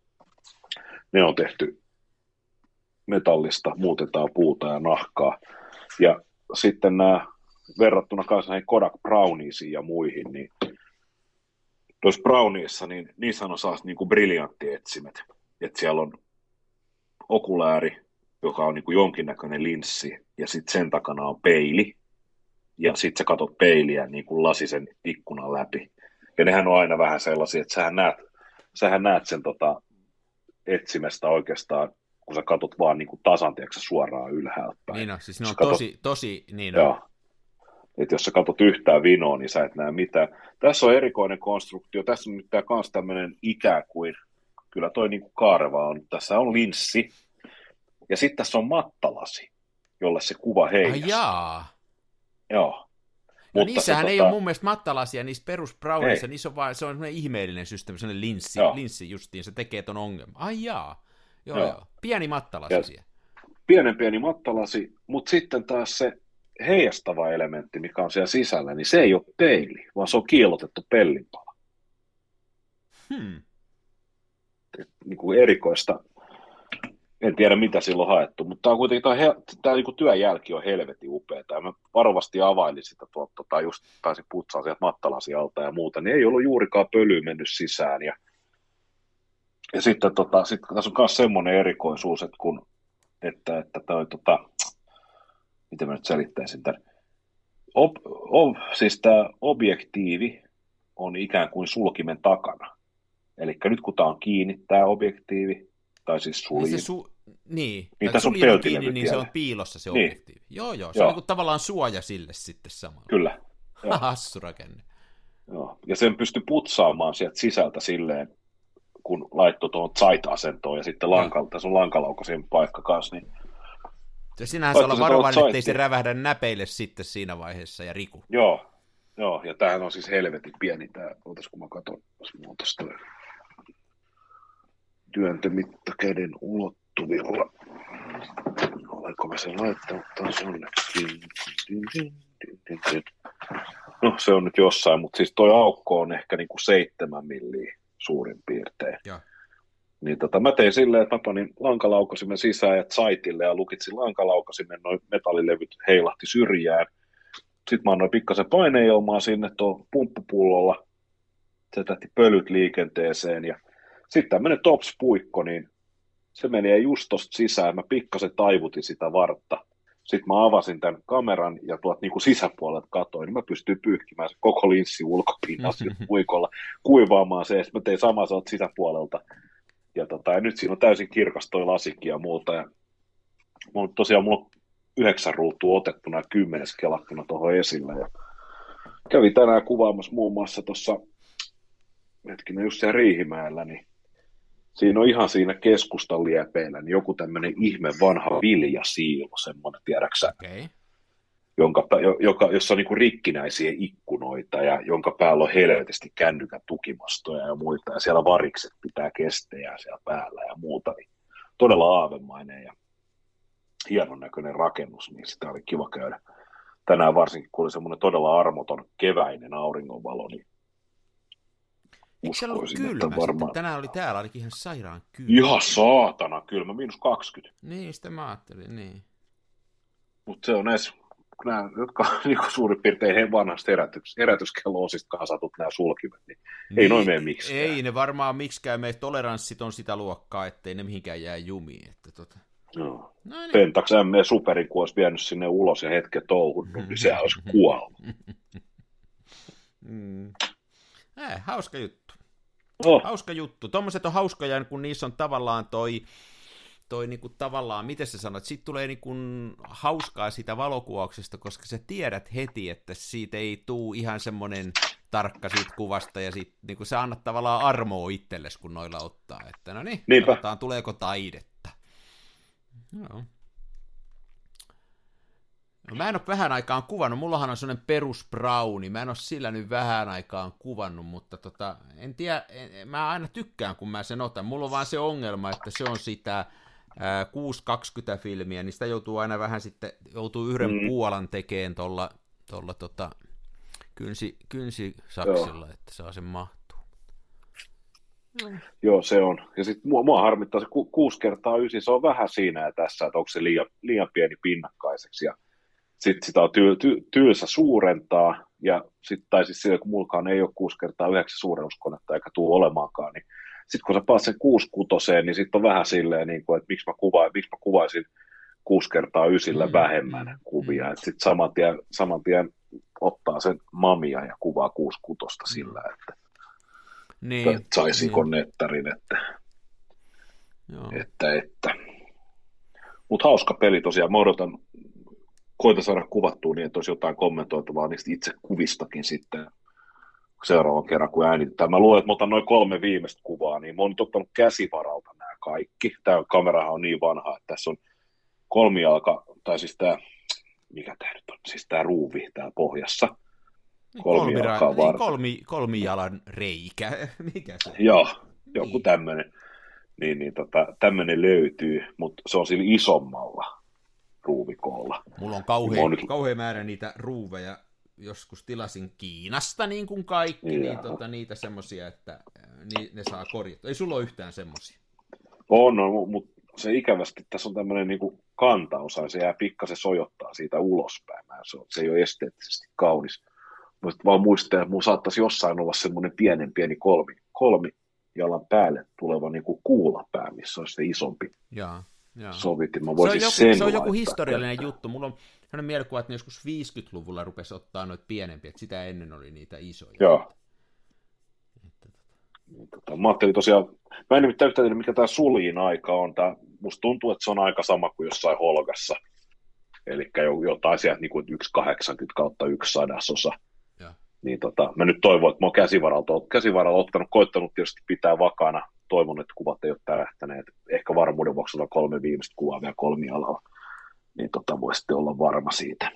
ne on tehty metallista, muutetaan puuta ja nahkaa. Ja sitten nämä verrattuna kanssa näihin Kodak Browniesiin ja muihin, niin tuossa Browniessa, niin niissä on saas niin kuin briljanttietsimet. Että siellä on okulääri, joka on niin kuin jonkinnäköinen linssi, ja sitten sen takana on peili, ja sitten sä katot peiliä niin kuin lasisen ikkunan läpi. Ja nehän on aina vähän sellaisia, että sähän näet sen etsimestä oikeastaan, kun sä katot vaan niin kuin tasan, suoraan ylhäältä päin. Niin on, siis ne on tosi niin on. Joo. Että jos sä katot yhtään vinoa, niin sä et näe mitään. Tässä on erikoinen konstruktio, tässä on nyt myös tämmöinen ikään kuin, kyllä toi niin kuin kaareva on, tässä on linssi, ja sitten tässä on mattalasi, jolle se kuva heijastuu. Jaa. Joo. No niissähän ei ole mun mielestä mattalasia, niissä perusbrowneissa, niissä on vaan, se on semmoinen ihmeellinen systeemi, semmoinen linssi justiin, se tekee ton ongelman. Ai jaa. Joo. Pieni mattalasi siellä. Pieni mattalasi, mutta sitten taas se heijastava elementti, mikä on siellä sisällä, niin se ei ole peili, vaan se on kiillotettu pellinpala. Niin kuin erikoista. En tiedä, mitä silloin on haettu, mutta tämä on kuitenkin, tämä niin työnjälki on helvetin upeaa. Mä varovasti availin sitä tai just pääsin putsaamaan sieltä mattalasi alta ja muuta, niin ei ollut juurikaan pölyä mennyt sisään. Ja sitten tässä on myös semmoinen erikoisuus, että miten mä nyt selittäisin tämän. Siis tämä objektiivi on ikään kuin sulkimen takana. Eli nyt kun tämä on kiinni, tämä objektiivi, tai siis suljin. Niin tässä on peltilevy niin se on piilossa se objektiivi. Joo, se on niin kuin tavallaan suoja sille sitten samalla. Kyllä. Hassu rakenne. Joo, ja sen pystyy putsaamaan sieltä sisältä silleen, kun laittoi tuohon Zeit-asentoon, ja sitten tässä on lankalaukaisen paikka kanssa, niin sinähän se olla varovainen, ettei se rävähdä näpeille sitten siinä vaiheessa ja riku. Joo, ja tämähän on siis helvetin pieni tämä, kun mä katson tuosta työntömitta käden ulottuvilla. Olenko mä sen laittanut taas jonnekin? No se on nyt jossain, mutta siis toi aukko on ehkä niinku 7 milliä suurin piirtein. Ja. Niin mä tein silleen, että mä panin lankalaukasimen sisään ja Zeitille ja lukitsin lankalaukasimen, noin metallilevyt heilahti syrjään. Sitten mä annoin pikkasen paineilmaa sinne tuon pumppupullolla. Se tähti pölyt liikenteeseen ja sitten tämmöinen TOPS-puikko, niin se menee just tosta sisään. Mä pikkasen taivutin sitä vartta. Sitten mä avasin tämän kameran ja tuolta niin kuin sisäpuolelta katoin, niin mä pystyin pyyhkimään se koko linssi ulkopinnan puikolla, kuivaamaan se, ja sitten mä tein samaa sieltä sisäpuolelta. Ja nyt siinä on täysin kirkas toi lasikin ja muuta. Ja mulla on 9 ruutua otettuna ja 10 kelattuna tuohon esille. Ja kävin tänään kuvaamassa muun muassa tuossa, just siellä Riihimäellä, niin siinä on ihan siinä keskustan liepeillä niin joku tämmöinen ihme vanha viljasiilo, semmoinen, tiedäksä, jossa on niinku rikkinäisiä ikkunoita ja jonka päällä on helvetisti kännykän tukimastoja ja muita, ja siellä varikset pitää kestejä siellä päällä ja muuta, niin todella aavemainen ja hienon näköinen rakennus, niin sitä oli kiva käydä. Tänään varsinkin, kun oli semmoinen todella armoton keväinen auringonvalo, niin eikö siellä ollut kylmä varmaan... Tänään oli täällä ainakin ihan sairaan kylmä. Ihan saatana kylmä, -20. Niin, sitä mä ajattelin, niin. Mutta se on edes, nämä, jotka niin suurin piirtein vanhasta herätyskello-osista kasatut nämä sulkimet, niin ei noin mene miksikään. Ei ne varmaan miksikään mene, toleranssit on sitä luokkaa, ettei ne mihinkään jää jumiin. No niin. Pentax M Superin, kun olisi vienyt sinne ulos ja hetken touhunnut, niin sehän olisi kuollut. Hauska juttu. Hauska juttu. Tuommoiset on hauskoja, kun niissä on tavallaan toi niinku tavallaan, miten sä sanot, siitä tulee niinku hauskaa siitä valokuvauksesta, koska sä tiedät heti, että siitä ei tule ihan semmoinen tarkka siitä kuvasta, ja sit niinku sä annat tavallaan armoa itsellesi, kun noilla ottaa, että no niin, katsotaan, tuleeko taidetta. Joo. No, mä en ole vähän aikaan kuvannut, mullahan on sellainen perus browni, mä en ole sillä nyt vähän aikaan kuvannut, mutta en tiedä, mä aina tykkään, kun mä sen otan. Mulla on vaan se ongelma, että se on sitä 620 filmiä, niin sitä joutuu aina vähän sitten, joutuu yhden puolan tekemään tuolla kynsisaksilla, että saa sen mahtua. Joo, se on. Ja sitten mua harmittaa se 6x9, se on vähän siinä ja tässä, että onko se liian pieni pinnakkaiseksi. Ja sitten sitä on tylsä suurentaa, ja sitten, tai siis sillä, kun mulkaan ei ole 6x9 suurennuskonetta eikä tule olemaankaan, niin sitten kun sä paat sen 6/6, niin sitten on vähän silleen, niin kuin, että miksi mä kuvaisin 6x9 vähemmän kuvia. Että sitten saman tien ottaa sen mamia ja kuvaa 6/6 sillä, että niin, saisiko nettarin, että. Mutta hauska peli tosiaan, mä koitan saada kuvattua niin, että olisi jotain kommentoitavaa niistä itse kuvistakin sitten seuraavan kerran, kun äänitetään. Mä luulen, että mä otan noin 3 viimeistä kuvaa, niin mä oon nyt ottanut käsivaralta nämä kaikki. Tämä kamerahan on niin vanha, että tässä on kolmijalka, tai siis tämä, mikä tämä nyt on, siis tämä ruuvi täällä pohjassa. Kolmijalan reikä, mikä se on? Joo, joku tämmöinen. Tämmöinen löytyy, mutta se on sillä isommalla ruuvikoolla. Mulla on kauhean määrä niitä ruuveja, joskus tilasin Kiinasta niin kuin kaikki, niitä semmosia, että ne saa korjattua. Ei sulla ole yhtään semmosia? On, mutta se ikävästi, tässä on tämmöinen niin kuin kantaosa, ja se jää pikkasen sojottaa siitä ulospäin. Se ei ole esteettisesti kaunis. Mutta vaan muistan, että mun saattaisi jossain olla semmoinen pieni kolmijalan päälle tuleva niin kuin kuulapää, missä olisi se isompi sovitin. Se on joku historiallinen juttu. Mulla on sellainen mielikuva, että ne joskus 50-luvulla rupesi ottaa noita pienempiä, että sitä ennen oli niitä isoja. Joo. Mä ajattelin tosiaan, mä en nimittäin yhtään tiedä, mikä tämä suljin aika on. Musta tuntuu, että se on aika sama kuin jossain Holgassa. Eli jotain sieltä niin kuin 1,80/1/100. Niin mä nyt toivon, että mä oon käsivaralla ottanut, koittanut tietysti pitää vakana. Toivon, että kuvat ei ole tärähtäneet. Ehkä varmuuden vuoksi on 3 viimeistä kuvaa vielä kolmialalla. Niin voi sitten olla varma siitä.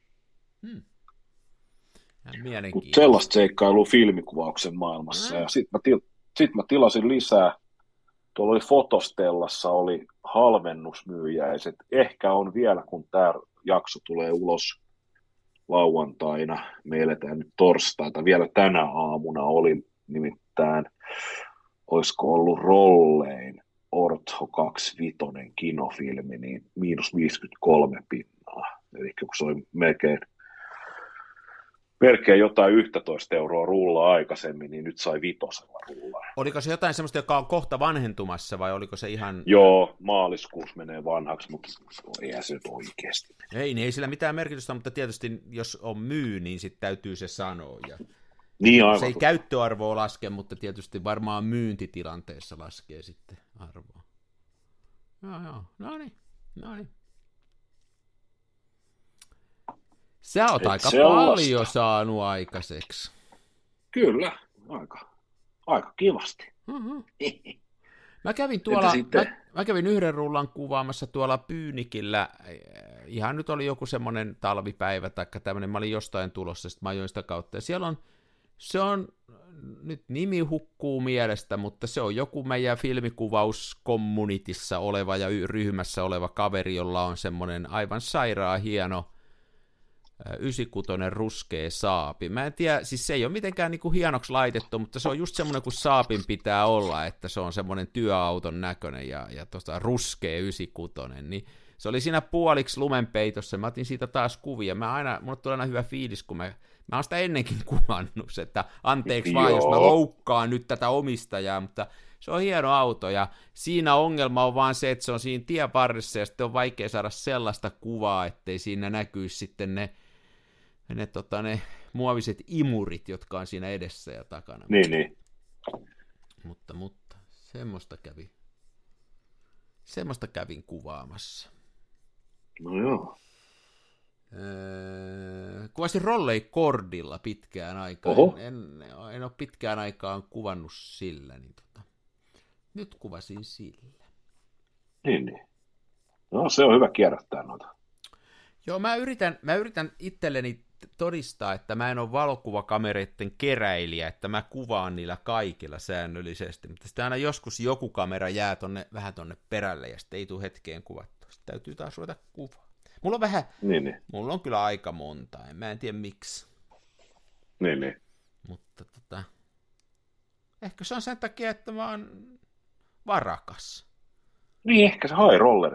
Mutta sellaista seikkailua filmikuvauksen maailmassa. Ja sit mä tilasin lisää. Tuolla oli Fotostellassa oli halvennusmyyjäiset. Ehkä on vielä, kun tämä jakso tulee ulos lauantaina. Me eletään nyt torstaita. Vielä tänä aamuna oli nimittäin, olisiko ollut Rollein Ortho 25 kinofilmi, niin -53 pinnaa. Eli kun se oli melkein melkein jotain 11 euroa rullaa aikaisemmin, niin nyt sai 5 rullaa. Oliko se jotain semmoista, joka on kohta vanhentumassa, vai oliko se ihan... Joo, maaliskuussa menee vanhaksi, mutta eihän se nyt oikeasti. Ei sillä mitään merkitystä, mutta tietysti jos on myy, niin sitten täytyy se sanoa. Ja... Niin, aivan. Se ei käyttöarvoa laske, mutta tietysti varmaan myyntitilanteessa laskee sitten arvoa. Joo, no niin. Sä oot aika paljon saanut aikaiseksi. Kyllä, aika kivasti. Mm-hmm. Mä kävin yhden rullan kuvaamassa tuolla Pyynikillä. Ihan nyt oli joku semmoinen talvipäivä tai tämmöinen, mä olin jostain tulossa, sitten mä ajoin sitä kautta. Ja siellä se on, nyt nimi hukkuu mielestä, mutta se on joku meidän filmikuvauskommunitissa oleva ja ryhmässä oleva kaveri, jolla on semmoinen aivan sairaan hieno 96 ruskea saapi. Mä en tiedä, siis se ei ole mitenkään niinku hienoksi laitettu, mutta se on just semmoinen kuin saapin pitää olla, että se on semmoinen työauton näköinen ja ruskea 96, niin se oli siinä puoliksi lumenpeitossa, mä otin siitä taas kuvia. Mulle tulee aina hyvä fiilis, kun mä oon sitä ennenkin kuvannut, että anteeksi vaan, jos mä loukkaan nyt tätä omistajaa, mutta se on hieno auto, ja siinä ongelma on vaan se, että se on siinä tien varressa, ja sitten on vaikea saada sellaista kuvaa, ettei siinä näkyisi sitten ne muoviset imurit, jotka on siinä edessä ja takana. Niin. Mutta semmoista kävin kuvaamassa. No joo. Kuvasin rolleikordilla pitkään aikaa. En ole pitkään aikaan kuvannut sillä, niin nyt kuvasin sillä. Niin. No se on hyvä kierrättää noita. Joo, mä yritän itselleni todistaa, että mä en ole valokuvakamereiden keräilijä, että mä kuvaan niillä kaikilla säännöllisesti, mutta sitten aina joskus joku kamera jää vähän tonne perälle ja sitten ei tule hetkeen kuvattua. Sitten täytyy taas ruveta kuvaa. Mulla on vähän, Mulla on kyllä aika monta, mä en tiedä miksi. Niin. Mutta ehkä se on sen takia, että mä oon varakas. Niin, ehkä se high-rolleri.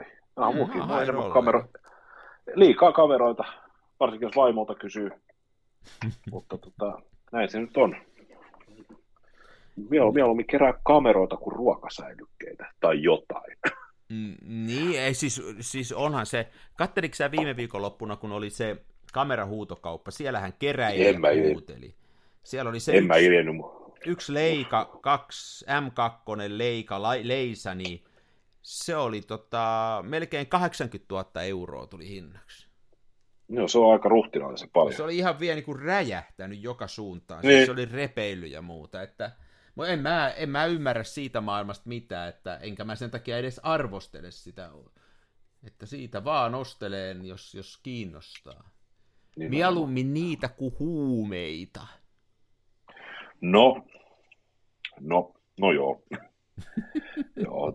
Liikaa kameroita, varsinkin jos vaimolta kysyy. Mutta näin se nyt on. Mieluummin kerää kameroita kuin ruokasäilykkeitä tai jotain. Niin, ei, siis onhan se. Katteliko sä viime viikonloppuna, kun oli se kamerahuutokauppa, siellähän keräilijä huuteli. Siellä oli se yksi Leica, 2 M2 Leica niin se oli melkein 80 000 euroa tuli hinnaksi. No se on aika ruhtinaallisen paljon. Se oli ihan vielä niin kuin räjähtänyt joka suuntaan. Niin. Se oli repeily ja muuta, että en mä ymmärrä siitä maailmasta mitään, että enkä mä sen takia edes arvostele sitä, että siitä vaan osteleen, jos kiinnostaa. Niin mieluummin niitä kuin huumeita. No joo. Joo,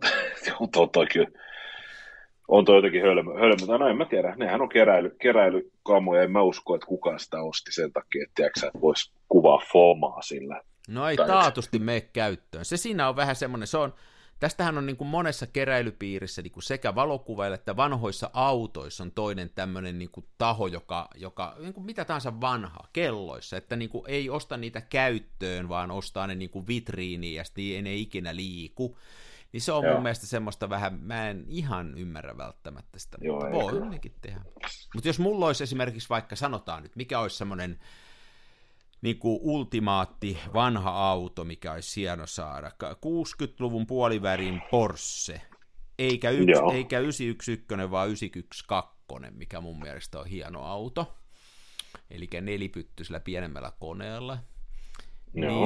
on toi jotenkin hölmö, mutta no en mä tiedä, nehän on keräilykamoja, en mä usko, että kukaan sitä osti sen takia, että voisi kuvaa fomaa sillä. No ei taatusti mene käyttöön. Se siinä on vähän semmoinen, tästähän on niin kuin monessa keräilypiirissä niin kuin sekä valokuvailla että vanhoissa autoissa on toinen tämmöinen niin kuin taho, joka niin kuin mitä tahansa vanhaa kelloissa, että niin kuin ei osta niitä käyttöön, vaan ostaa ne niin kuin vitriiniin ja sitten ei ne ikinä liiku. Niin se on mun mielestä semmoista vähän, mä en ihan ymmärrä välttämättä sitä, mutta voi jonnekin tehdä. Mutta jos mulla olisi esimerkiksi vaikka, sanotaan nyt, mikä olisi semmoinen niin kuin ultimaatti vanha auto, mikä olisi hieno saada. 60-luvun puolivärin Porsche, eikä 911, vaan 912, mikä mun mielestä on hieno auto. Eli nelipyttyisellä pienemmällä koneella. Niin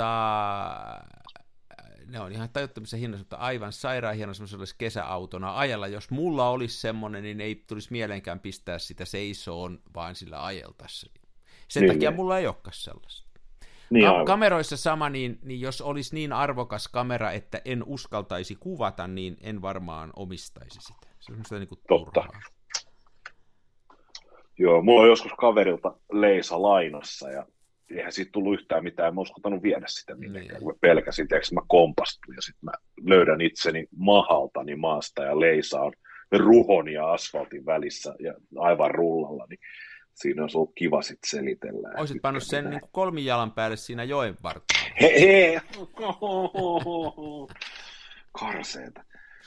ne on ihan tajuttomissa hinnassa, mutta aivan sairaan hieno semmoisella kesäautona ajalla. Jos mulla olisi semmoinen, niin ei tulisi mieleenkään pistää sitä seisoon, vaan sillä ajeltaisiin. Sen takia mulla ei olekaan sellaista. Kameroissa sama, niin jos olisi niin arvokas kamera, että en uskaltaisi kuvata, niin en varmaan omistaisi sitä. Se on semmoista niin kuin turhaa. Joo, mulla on joskus kaverilta Leisa lainassa, ja eihän siitä tullut yhtään mitään. Mä uskaltanut viedä sitä mitenkään, kun mä pelkäsin, että mä kompastun, ja sitten mä löydän itseni mahaltani maasta, ja Leisa on ruhon ja asfaltin välissä, ja aivan rullalla, niin Siinä olisi ollut kiva sitten selitellä. Olisit pannut sen niin kolmijalan päälle siinä joen vartaan. Hei! Karseeta.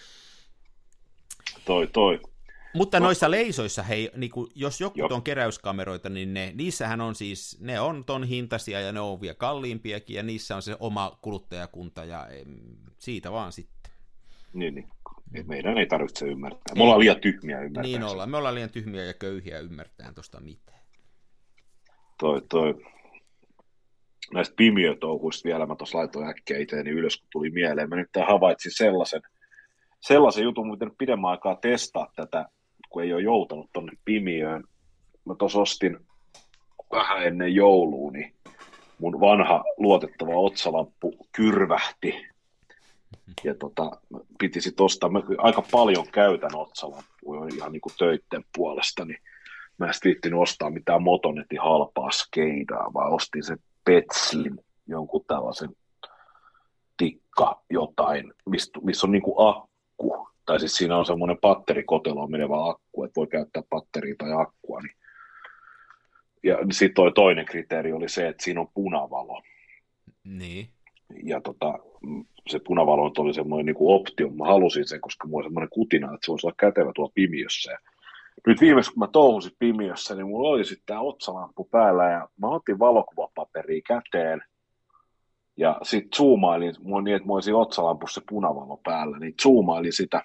Toi. Mutta noissa leisoissa, hei, niin jos joku on keräyskameroita, niin niissähän on siis, ne on ton hintaisia ja ne on vielä kalliimpiakin, ja niissä on se oma kuluttajakunta, ja siitä vaan sitten. Niin. Meidän ei tarvitse ymmärtää. Me ollaan liian tyhmiä ymmärtää. Niin ollaan, me ollaan liian tyhmiä ja köyhiä ymmärtää tuosta mitään. Toi. Näistä pimiötouhuista vielä, mä tuossa laitoin äkkiä itseäni ylös, kun tuli mieleen. Mä nyt havaitsin sellaisen jutun, mutta nyt pidemmän aikaa testaa tätä, kun ei ole joutanut tonne pimiöön. Mä tuossa ostin vähän ennen joulua, niin mun vanha luotettava otsalamppu kyrvähti. Ja piti sit ostaa, mä aika paljon käytän otsalamppua ihan niin kuin töitten puolesta, niin mä en viittinyt ostaa mitään Motonetin halpaa skeidaa, vaan ostin sen Petslin jonkun tällaisen tikka jotain, missä on niin kuin akku, tai siis siinä on semmoinen patterikoteloon menevä akku, että voi käyttää patteria tai akkua. Niin. Ja sitten toinen kriteeri oli se, että siinä on punavalo. Niin. Ja se punavalo oli semmoinen niin kuin optio. Mä halusin sen, koska mulla on semmoinen kutina, että se voisi olla kätevä tuolla pimiössä. Ja nyt viimeksi, kun mä touhusin pimiössä, niin mulla oli sitten tämä otsalamppu päällä, ja mä otin valokuvapaperia käteen, ja sitten zoomailin, niin että mä olisin otsalampussa se punavalo päällä, niin zoomailin sitä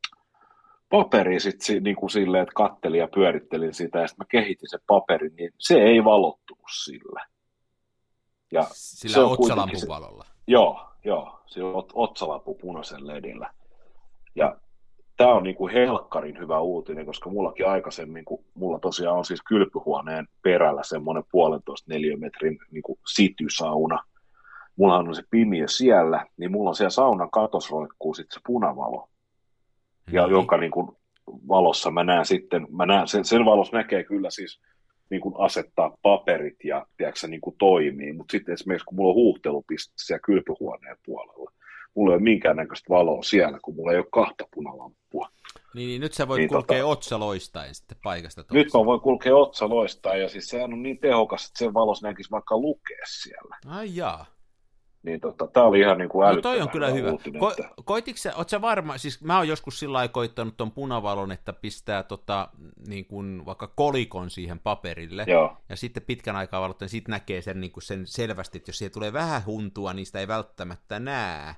paperia sitten niin kuin silleen, että kattelin ja pyörittelin sitä, ja sitten mä kehitin sen paperin, niin se ei valottunut sillä. Ja sillä otsalampun valolla? Joo, sillä otsalampu punaisen ledillä. Ja tämä on niin kuin helkkarin hyvä uutinen, koska mullakin aikaisemmin, kun mulla tosiaan on siis kylpyhuoneen perällä semmoinen 1,5 neliömetrin niin kuin sitysauna. Mullahan on se pimiö siellä, niin mulla on siellä saunan katos roikkuu sitten se punavalo. Ja jonka niin kuin valossa mä näen sen valossa näkee kyllä siis niin kuin asettaa paperit ja tiedätkö, niin kuin toimii, mutta sitten esimerkiksi kun mulla on huuhtelupiste siellä kylpyhuoneen puolella, mulla ei ole minkäännäköistä valoa siellä, kun mulla ei ole kahta punalampua. Niin nyt sä voit kulkea otsaloistain sitten paikasta toiseen. Nyt mä voin kulkea otsaloistain, ja siis sehän on niin tehokas, että sen valossa näkisi vaikka lukea siellä. Ai jaa. Niin tää oli ihan niin kuin älyttömän. No toi on kyllä hyvä. Koititko sä, oot sä varma, siis mä oon joskus sillä lailla koittanut ton punavalon, että pistää niin kuin vaikka kolikon siihen paperille, Joo. Ja sitten pitkän aikaa valottaa, niin sitten näkee sen, niin kuin sen selvästi, että jos siihen tulee vähän huntua, niin sitä ei välttämättä näe.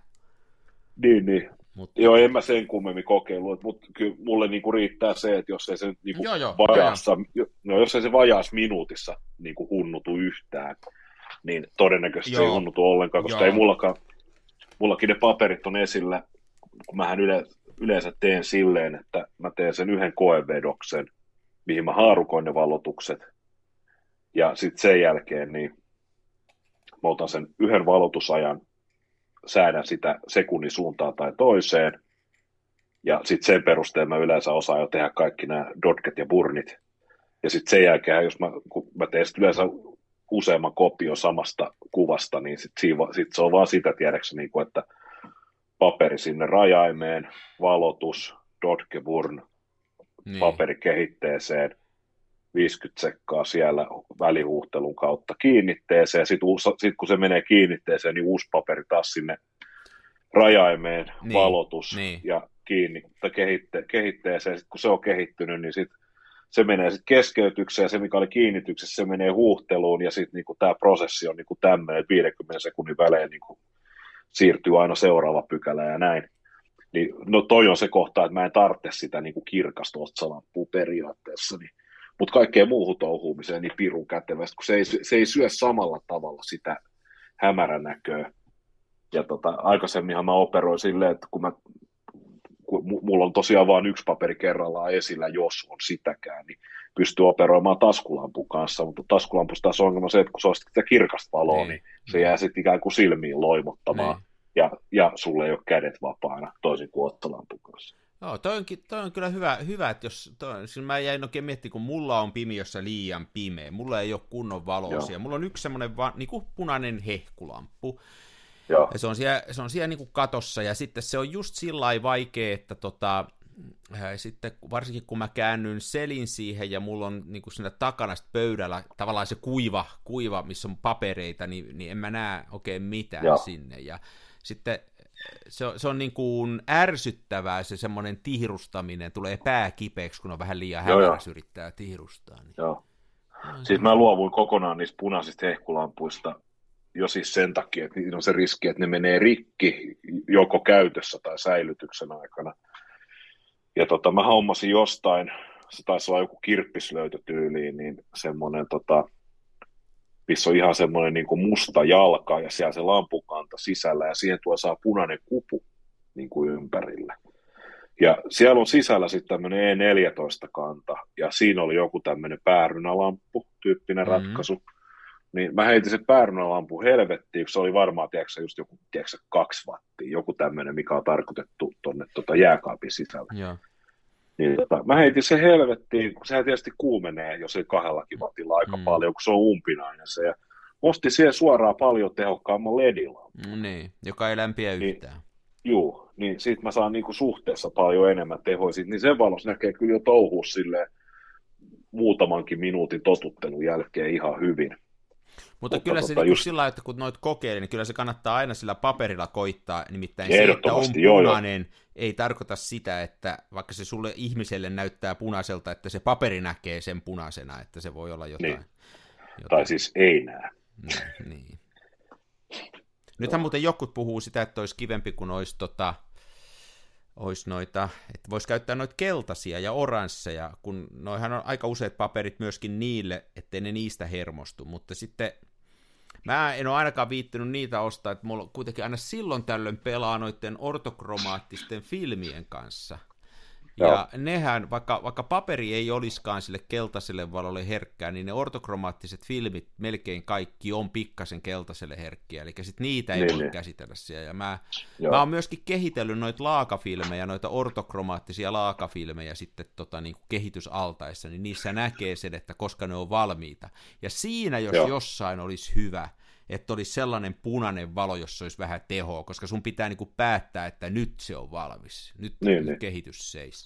Niin. Joo, en mä sen kummemmin kokeillut, mutta kyllä mulle niinku riittää se, että jos ei se niinku jos ei se vajaassa minuutissa niinku hunnutu yhtään, niin todennäköisesti se ei hunnutu ollenkaan, koska ei mullakin ne paperit on esillä, kun mähän yleensä teen silleen, että mä teen sen yhden koevedoksen, mihin mä haarukoin ne valotukset, ja sitten sen jälkeen niin mä otan sen yhden valotusajan, säädän sitä sekunnin suuntaan tai toiseen, ja sitten sen perusteella mä yleensä osaan jo tehdä kaikki nämä dotket ja burnit, ja sitten sen jälkeen, kun mä teen yleensä useamman kopio samasta kuvasta, niin sit se on vaan sitä tiedäkseni, että paperi sinne rajaimeen, valotus, dotke, burn, paperi kehitteeseen, 50 sekkaa siellä välihuhtelun kautta kiinnitteeseen, ja sitten kun se menee kiinnitteeseen, niin uusi paperi taas sinne rajaimeen, valotus ja kehitteeseen. Sitten kun se on kehittynyt, niin sitten se menee sitten keskeytykseen, ja se mikä oli kiinnityksessä, se menee huuhteluun, ja sitten niinku tämä prosessi on niinku tämmöinen, että 50 sekunnin välein niinku siirtyy aina seuraava pykälä ja näin. Niin, no toi on se kohta, että mä en tarvitse sitä niinku kirkasta otsalampua periaatteessa, niin mutta kaikkeen muuhun touhuumiseen niin pirun kätevästi, kun se ei syö samalla tavalla sitä hämärän näköä. Ja aikaisemminhan mä operoin silleen, että kun mulla on tosiaan vain yksi paperi kerrallaan esillä, jos on sitäkään, niin pystyy operoimaan taskulampun kanssa, mutta taskulampusta taas ongelma se, että kun se on sitä kirkasta valoa, niin se jää sitten ikään kuin silmiin loimottamaan, ja sulle ei ole kädet vapaana, toisin kuin ottolampun kanssa. Joo, toi on kyllä hyvä että jos, siis mä jäin oikein miettimään, kun mulla on pimiössä liian pimeä, mulla ei ole kunnon valoisia, mulla on yksi semmoinen niin kuin punainen hehkulamppu, Joo. ja se on siellä niin kuin katossa, ja sitten se on just sillä lailla vaikea, että sitten varsinkin kun mä käännyn selin siihen ja mulla on niin kuin siinä takana pöydällä tavallaan se kuiva, missä on papereita, niin en mä näe oikein mitään sinne. Ja sitten se on niin kuin ärsyttävää se semmoinen tihrustaminen, tulee pää kipeäksi, kun on vähän liian hämäräs yrittää tihrustaa. Niin. Joo. Siis mä luovuin kokonaan niistä punaisista hehkulampuista jo siis sen takia, että niillä on se riski, että ne menee rikki joko käytössä tai säilytyksen aikana. Ja mä hommasin jostain, se taisi olla joku kirppislöytötyyliin, niin semmoinen, missä on ihan semmoinen niin kuin musta jalka ja siellä se lampukanta sisällä ja siihen saa punainen kupu niin kuin ympärillä. Ja siellä on sisällä sitten tämmöinen E14-kanta ja siinä oli joku tämmöinen päärynälamppu tyyppinen ratkaisu. Niin mä heitin sen päärynälampun helvettiin, kun se oli varmaan, just joku 2 wattia, joku tämmöinen, mikä on tarkoitettu tuonne jääkaapin sisälle. Ja. Niin, mä heitin sen helvettiin, kun sehän tietysti kuumenee, jos ei 2 wattilla aika paljon, kun se on umpinainen se. Ja ostin siihen suoraan paljon tehokkaamman LED-lampun. Niin, joka ei lämpiä yhtään. Juu, niin siitä mä saan niinku suhteessa paljon enemmän tehoa. Niin sen valossa näkee kyllä jo touhua silleen muutamankin minuutin totuttelun jälkeen ihan hyvin. Mutta kyllä se niin just sillä lailla, että kun noit kokeilee, niin kyllä se kannattaa aina sillä paperilla koittaa, nimittäin se, että on punainen, ei tarkoita sitä, että vaikka se sulle ihmiselle näyttää punaiselta, että se paperi näkee sen punaisena, että se voi olla jotain. Niin. Tai siis ei näe. Niin. Nythän muuten jokut puhuu sitä, että olisi kivempi, kun olisi noita, että voisi käyttää noita keltaisia ja oransseja, kun noihan on aika useat paperit myöskin niille, ettei ne niistä hermostu, mutta sitten mä en ole ainakaan viittinyt niitä ostaa, että mulla kuitenkin aina silloin tällöin pelaa noiden ortokromaattisten filmien kanssa. Ja nehän, vaikka paperi ei olisikaan sille keltaiselle valolle herkkää, niin ne ortokromaattiset filmit melkein kaikki on pikkasen keltaiselle herkkiä, eli sitten niitä ei voi käsitellä siellä. Ja mä oon myöskin kehitellyt noita laakafilmejä, noita ortokromaattisia laakafilmejä sitten niin kuin kehitysaltaissa, niin niissä näkee sen, että koska ne on valmiita. Ja siinä, jos jossain olisi hyvä, että olisi sellainen punainen valo, jossa olisi vähän tehoa, koska sun pitää niin kuin päättää, että nyt se on valmis. Nyt kehitys seis.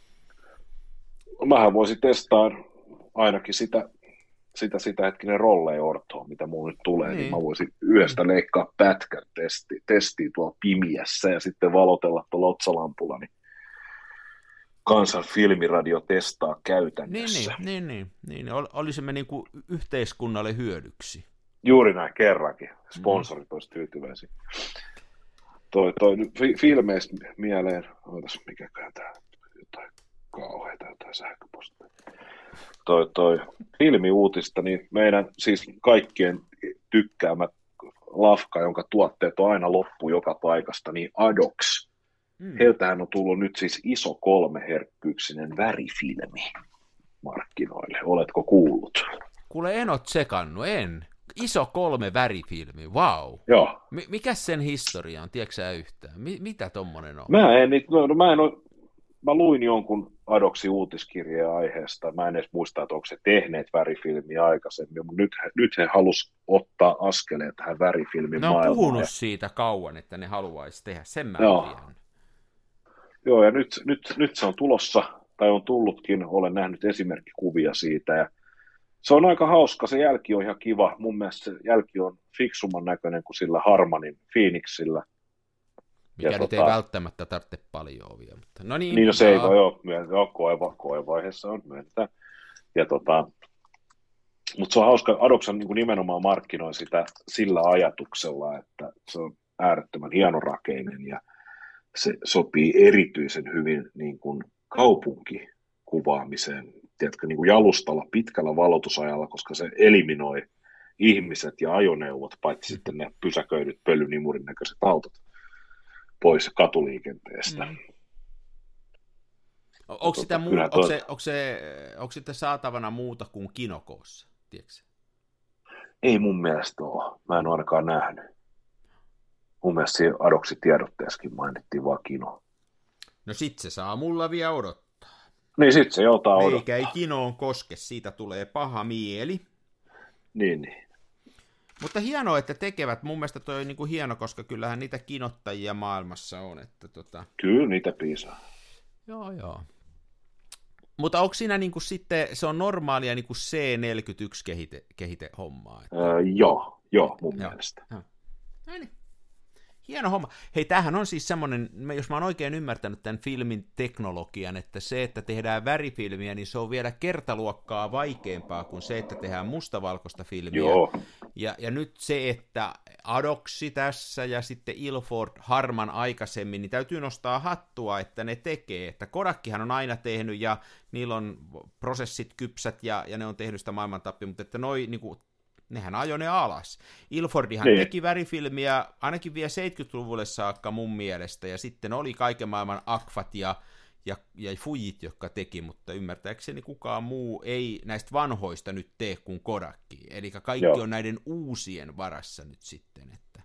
Mähän voisin testaa ainakin sitä hetkinen rolleortoa, mitä mulle nyt tulee, niin mä voisin yhdestä leikkaa pätkän testiin tuolla pimiässä ja sitten valotella tuolla otsalampulla, niin Kansan filmiradio testaa käytännössä. Niin. Olisimme niin kuin yhteiskunnalle hyödyksi. Juuri näin kerrankin. Sponsorit olisivat tyytyväisiä. Toi filmeistä mieleen, mikäkään tää, jotain kauheita, jotain sähköpostia. Toi filmiuutista, niin meidän siis kaikkien tykkäämät lafka, jonka tuotteet on aina loppu joka paikasta, niin Adox. Heiltähän on tullut nyt siis iso 3-herkkyyksinen värifilmi markkinoille. Oletko kuullut? Kuule, en ole tsekannut, en. Iso 3-värifilmi, vau. Wow. Joo. Mikäs sen historia on, tiedätkö sä yhtään? Mitä tommonen on? Mä luin jonkun Adoxin uutiskirjeen aiheesta, mä en edes muista, että onko se tehneet värifilmiä aikaisemmin, mutta nyt he halusi ottaa askeleen tähän värifilmin maailmaan. Ne on puhunut siitä kauan, että ne haluaisi tehdä, sen mä tiedän. Joo, ja nyt se on tulossa, tai on tullutkin, olen nähnyt esimerkkikuvia siitä, ja se on aika hauska, se jälki on ihan kiva. Mun mielestä se jälki on fiksumman näköinen kuin sillä Harmanin Phoenixillä. Mikä nyt ei välttämättä tarvitse paljon ovia. Mutta no niin, se ei voi ole, koevaiheessa on myöntää. Mutta se on hauska, Adoxan niin nimenomaan markkinoi sitä sillä ajatuksella, että se on äärettömän hienorakeinen ja se sopii erityisen hyvin niin kuin kaupunkikuvaamiseen, tiedätkö, niin kuin jalustalla pitkällä valotusajalla, koska se eliminoi ihmiset ja ajoneuvot, paitsi sitten ne pysäköidyt pölynimurin näköiset autot pois katuliikenteestä. Onko sitä saatavana muuta kuin Kinokoossa, tiedätkö? Ei mun mielestä ole. Mä en ole ainakaan nähnyt. Mun mielestä siinä Adoxin tiedotteessakin mainittiin vaan Kino. No sit se saa mulla vielä odottaa. Niin sit se joutaa odottaa. Eikä ei Kinoon koske, siitä tulee paha mieli. Niin. Mutta hienoa, että tekevät. Mun mielestä toi on niin kuin hieno, koska kyllähän niitä kinottajia maailmassa on. Että Kyllä niitä piisaa. Joo. Mutta onko siinä niinku sitten, se on normaalia niinku C41 kehitehommaa? Että... Joo, mun mielestä. No niin. Hieno homma. Hei, tämähän on siis semmoinen, jos mä oon oikein ymmärtänyt tämän filmin teknologian, että se, että tehdään värifilmiä, niin se on vielä kertaluokkaa vaikeampaa kuin se, että tehdään mustavalkoista filmiä. Joo. Ja nyt se, että Adoxi tässä ja sitten Ilford Harman aikaisemmin, niin täytyy nostaa hattua, että ne tekee. Että Kodakkihan on aina tehnyt ja niillä on prosessit kypsät ja ne on tehnyt sitä maailmantappia, mutta että noi niinku... Nehän ajoi ne alas. Ilfordihan teki värifilmiä ainakin vielä 70-luvulle saakka mun mielestä, ja sitten oli kaiken maailman Akfat ja Fujit, jotka teki, mutta ymmärtääkseni kukaan muu ei näistä vanhoista nyt tee kuin Kodakki. Eli kaikki on näiden uusien varassa nyt sitten. Että.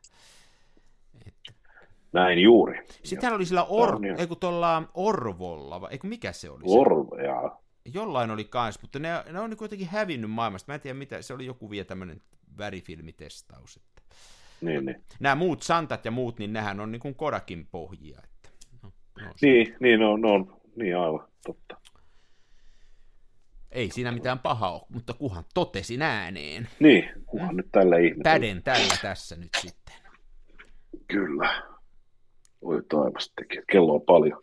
Näin juuri. Sittenhän oli sillä Orvolla, eikö mikä se oli? Jaa. Jollain oli kans, mutta ne on kuitenkin hävinnyt maailmasta. Mä en tiedä, mitä, se oli joku vielä tämmöinen värifilmitestaus. Että. Niin. Nämä muut Santat ja muut, niin nehän on niin kuin Kodakin pohjia. Että. Niin aivan, totta. Ei siinä mitään pahaa ole, mutta kunhan totesin ääneen. Niin, kunhan nyt tällä ihmetellä. Päden tällä tässä nyt sitten. Kyllä. Voi taivas tekijät, kello on paljon.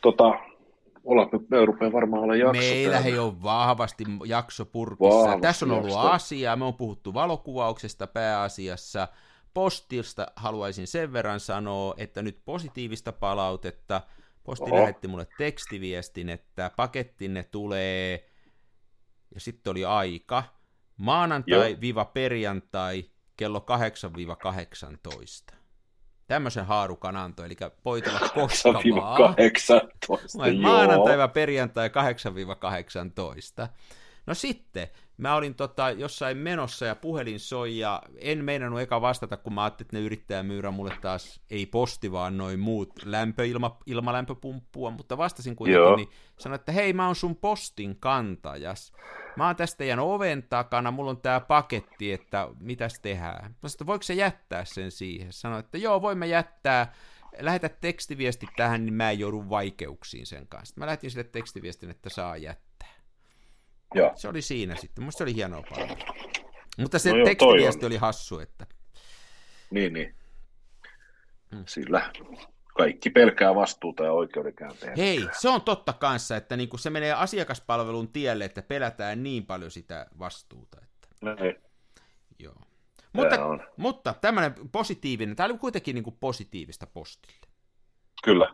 Me rupeaa varmaan olla jakso. Meillä ei ole vahvasti jakso purkissa. Tässä on ollut asiaa. Me on puhuttu valokuvauksesta pääasiassa. Postista haluaisin sen verran sanoa, että nyt positiivista palautetta. Posti lähetti mulle tekstiviestin, että pakettinne tulee, ja sitten oli aika, maanantai-perjantai kello 8-18. Tämmöisen haarukan anto, eli poitella koska vaan. 8-18, maanantai-perjantai 8-18. No sitten, mä olin jossain menossa ja puhelin soi ja en meinannut eka vastata, kun mä ajattelin, että ne yrittää myydä mulle taas, ei posti, vaan noin muut ilmalämpöpumppua, mutta vastasin kuitenkin, niin sanoin, että hei, mä oon sun postin kantajas. Mä oon tästä teidän oven takana, mulla on tää paketti, että mitäs tehdään. Mä sanoin, että voiko se jättää sen siihen? Sanoin, että joo, voimme jättää. Lähetä tekstiviesti tähän, niin mä en joudu vaikeuksiin sen kanssa. Mä lähetin sille tekstiviestin, että saa jättää. Joo. Se oli siinä sitten. Musta se oli hienoa paljon. Mutta se tekstiviesti oli hassu, että... Niin. Sillä kaikki pelkää vastuuta ja oikeudenkäyntejä. Hei, se on totta kanssa, että niinku se menee asiakaspalvelun tielle, että pelätään niin paljon sitä vastuuta. Että... Joo. Mutta tämmöinen positiivinen, tämä oli kuitenkin niinku positiivista postille. Kyllä.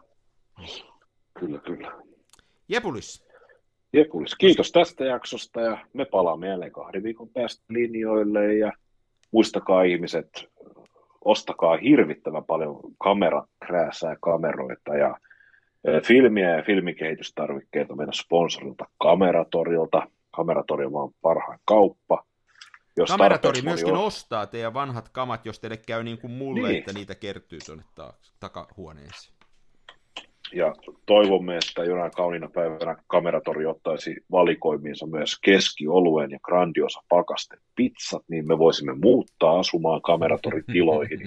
Jepulis, kiitos tästä jaksosta ja me palaamme jälleen 2 viikon päästä linjoille ja muistakaa ihmiset, ostakaa hirvittävän paljon kamerakrääsää kameroita ja filmiä ja filmikehitystarvikkeita meidän sponsorilta Kameratorilta. Kameratori on parhain kauppa. Kameratori myöskin ostaa teidän vanhat kamat, jos teille käy niin kuin mulle, että niitä kertyy tuonne takahuoneeseen. Ja toivomme, että jonain kauniina päivänä Kameratori ottaisi valikoimiinsa myös keskioluen ja Grandiosa pakasten pizzat, niin me voisimme muuttaa asumaan Kameratorin-tiloihin.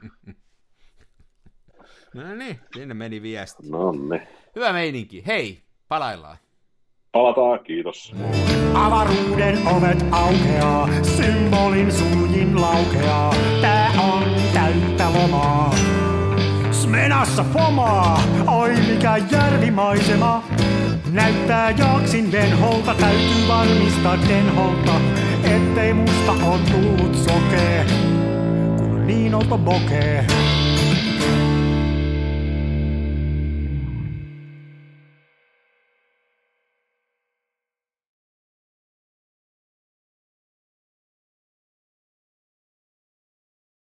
No niin, sinne meni viesti. Nonne. Hyvä meininki. Hei, palaillaan. Palataan, kiitos. Avaruuden ovet aukeaa, symbolin suljin laukeaa. Tää on täyttä lomaa. Smenassa fomaa, oi mikä järvimaisema. Näyttää Jaaksin venholta, täytyy varmistaa denholta, ettei musta on tullut sokee, kun niin olto bokee.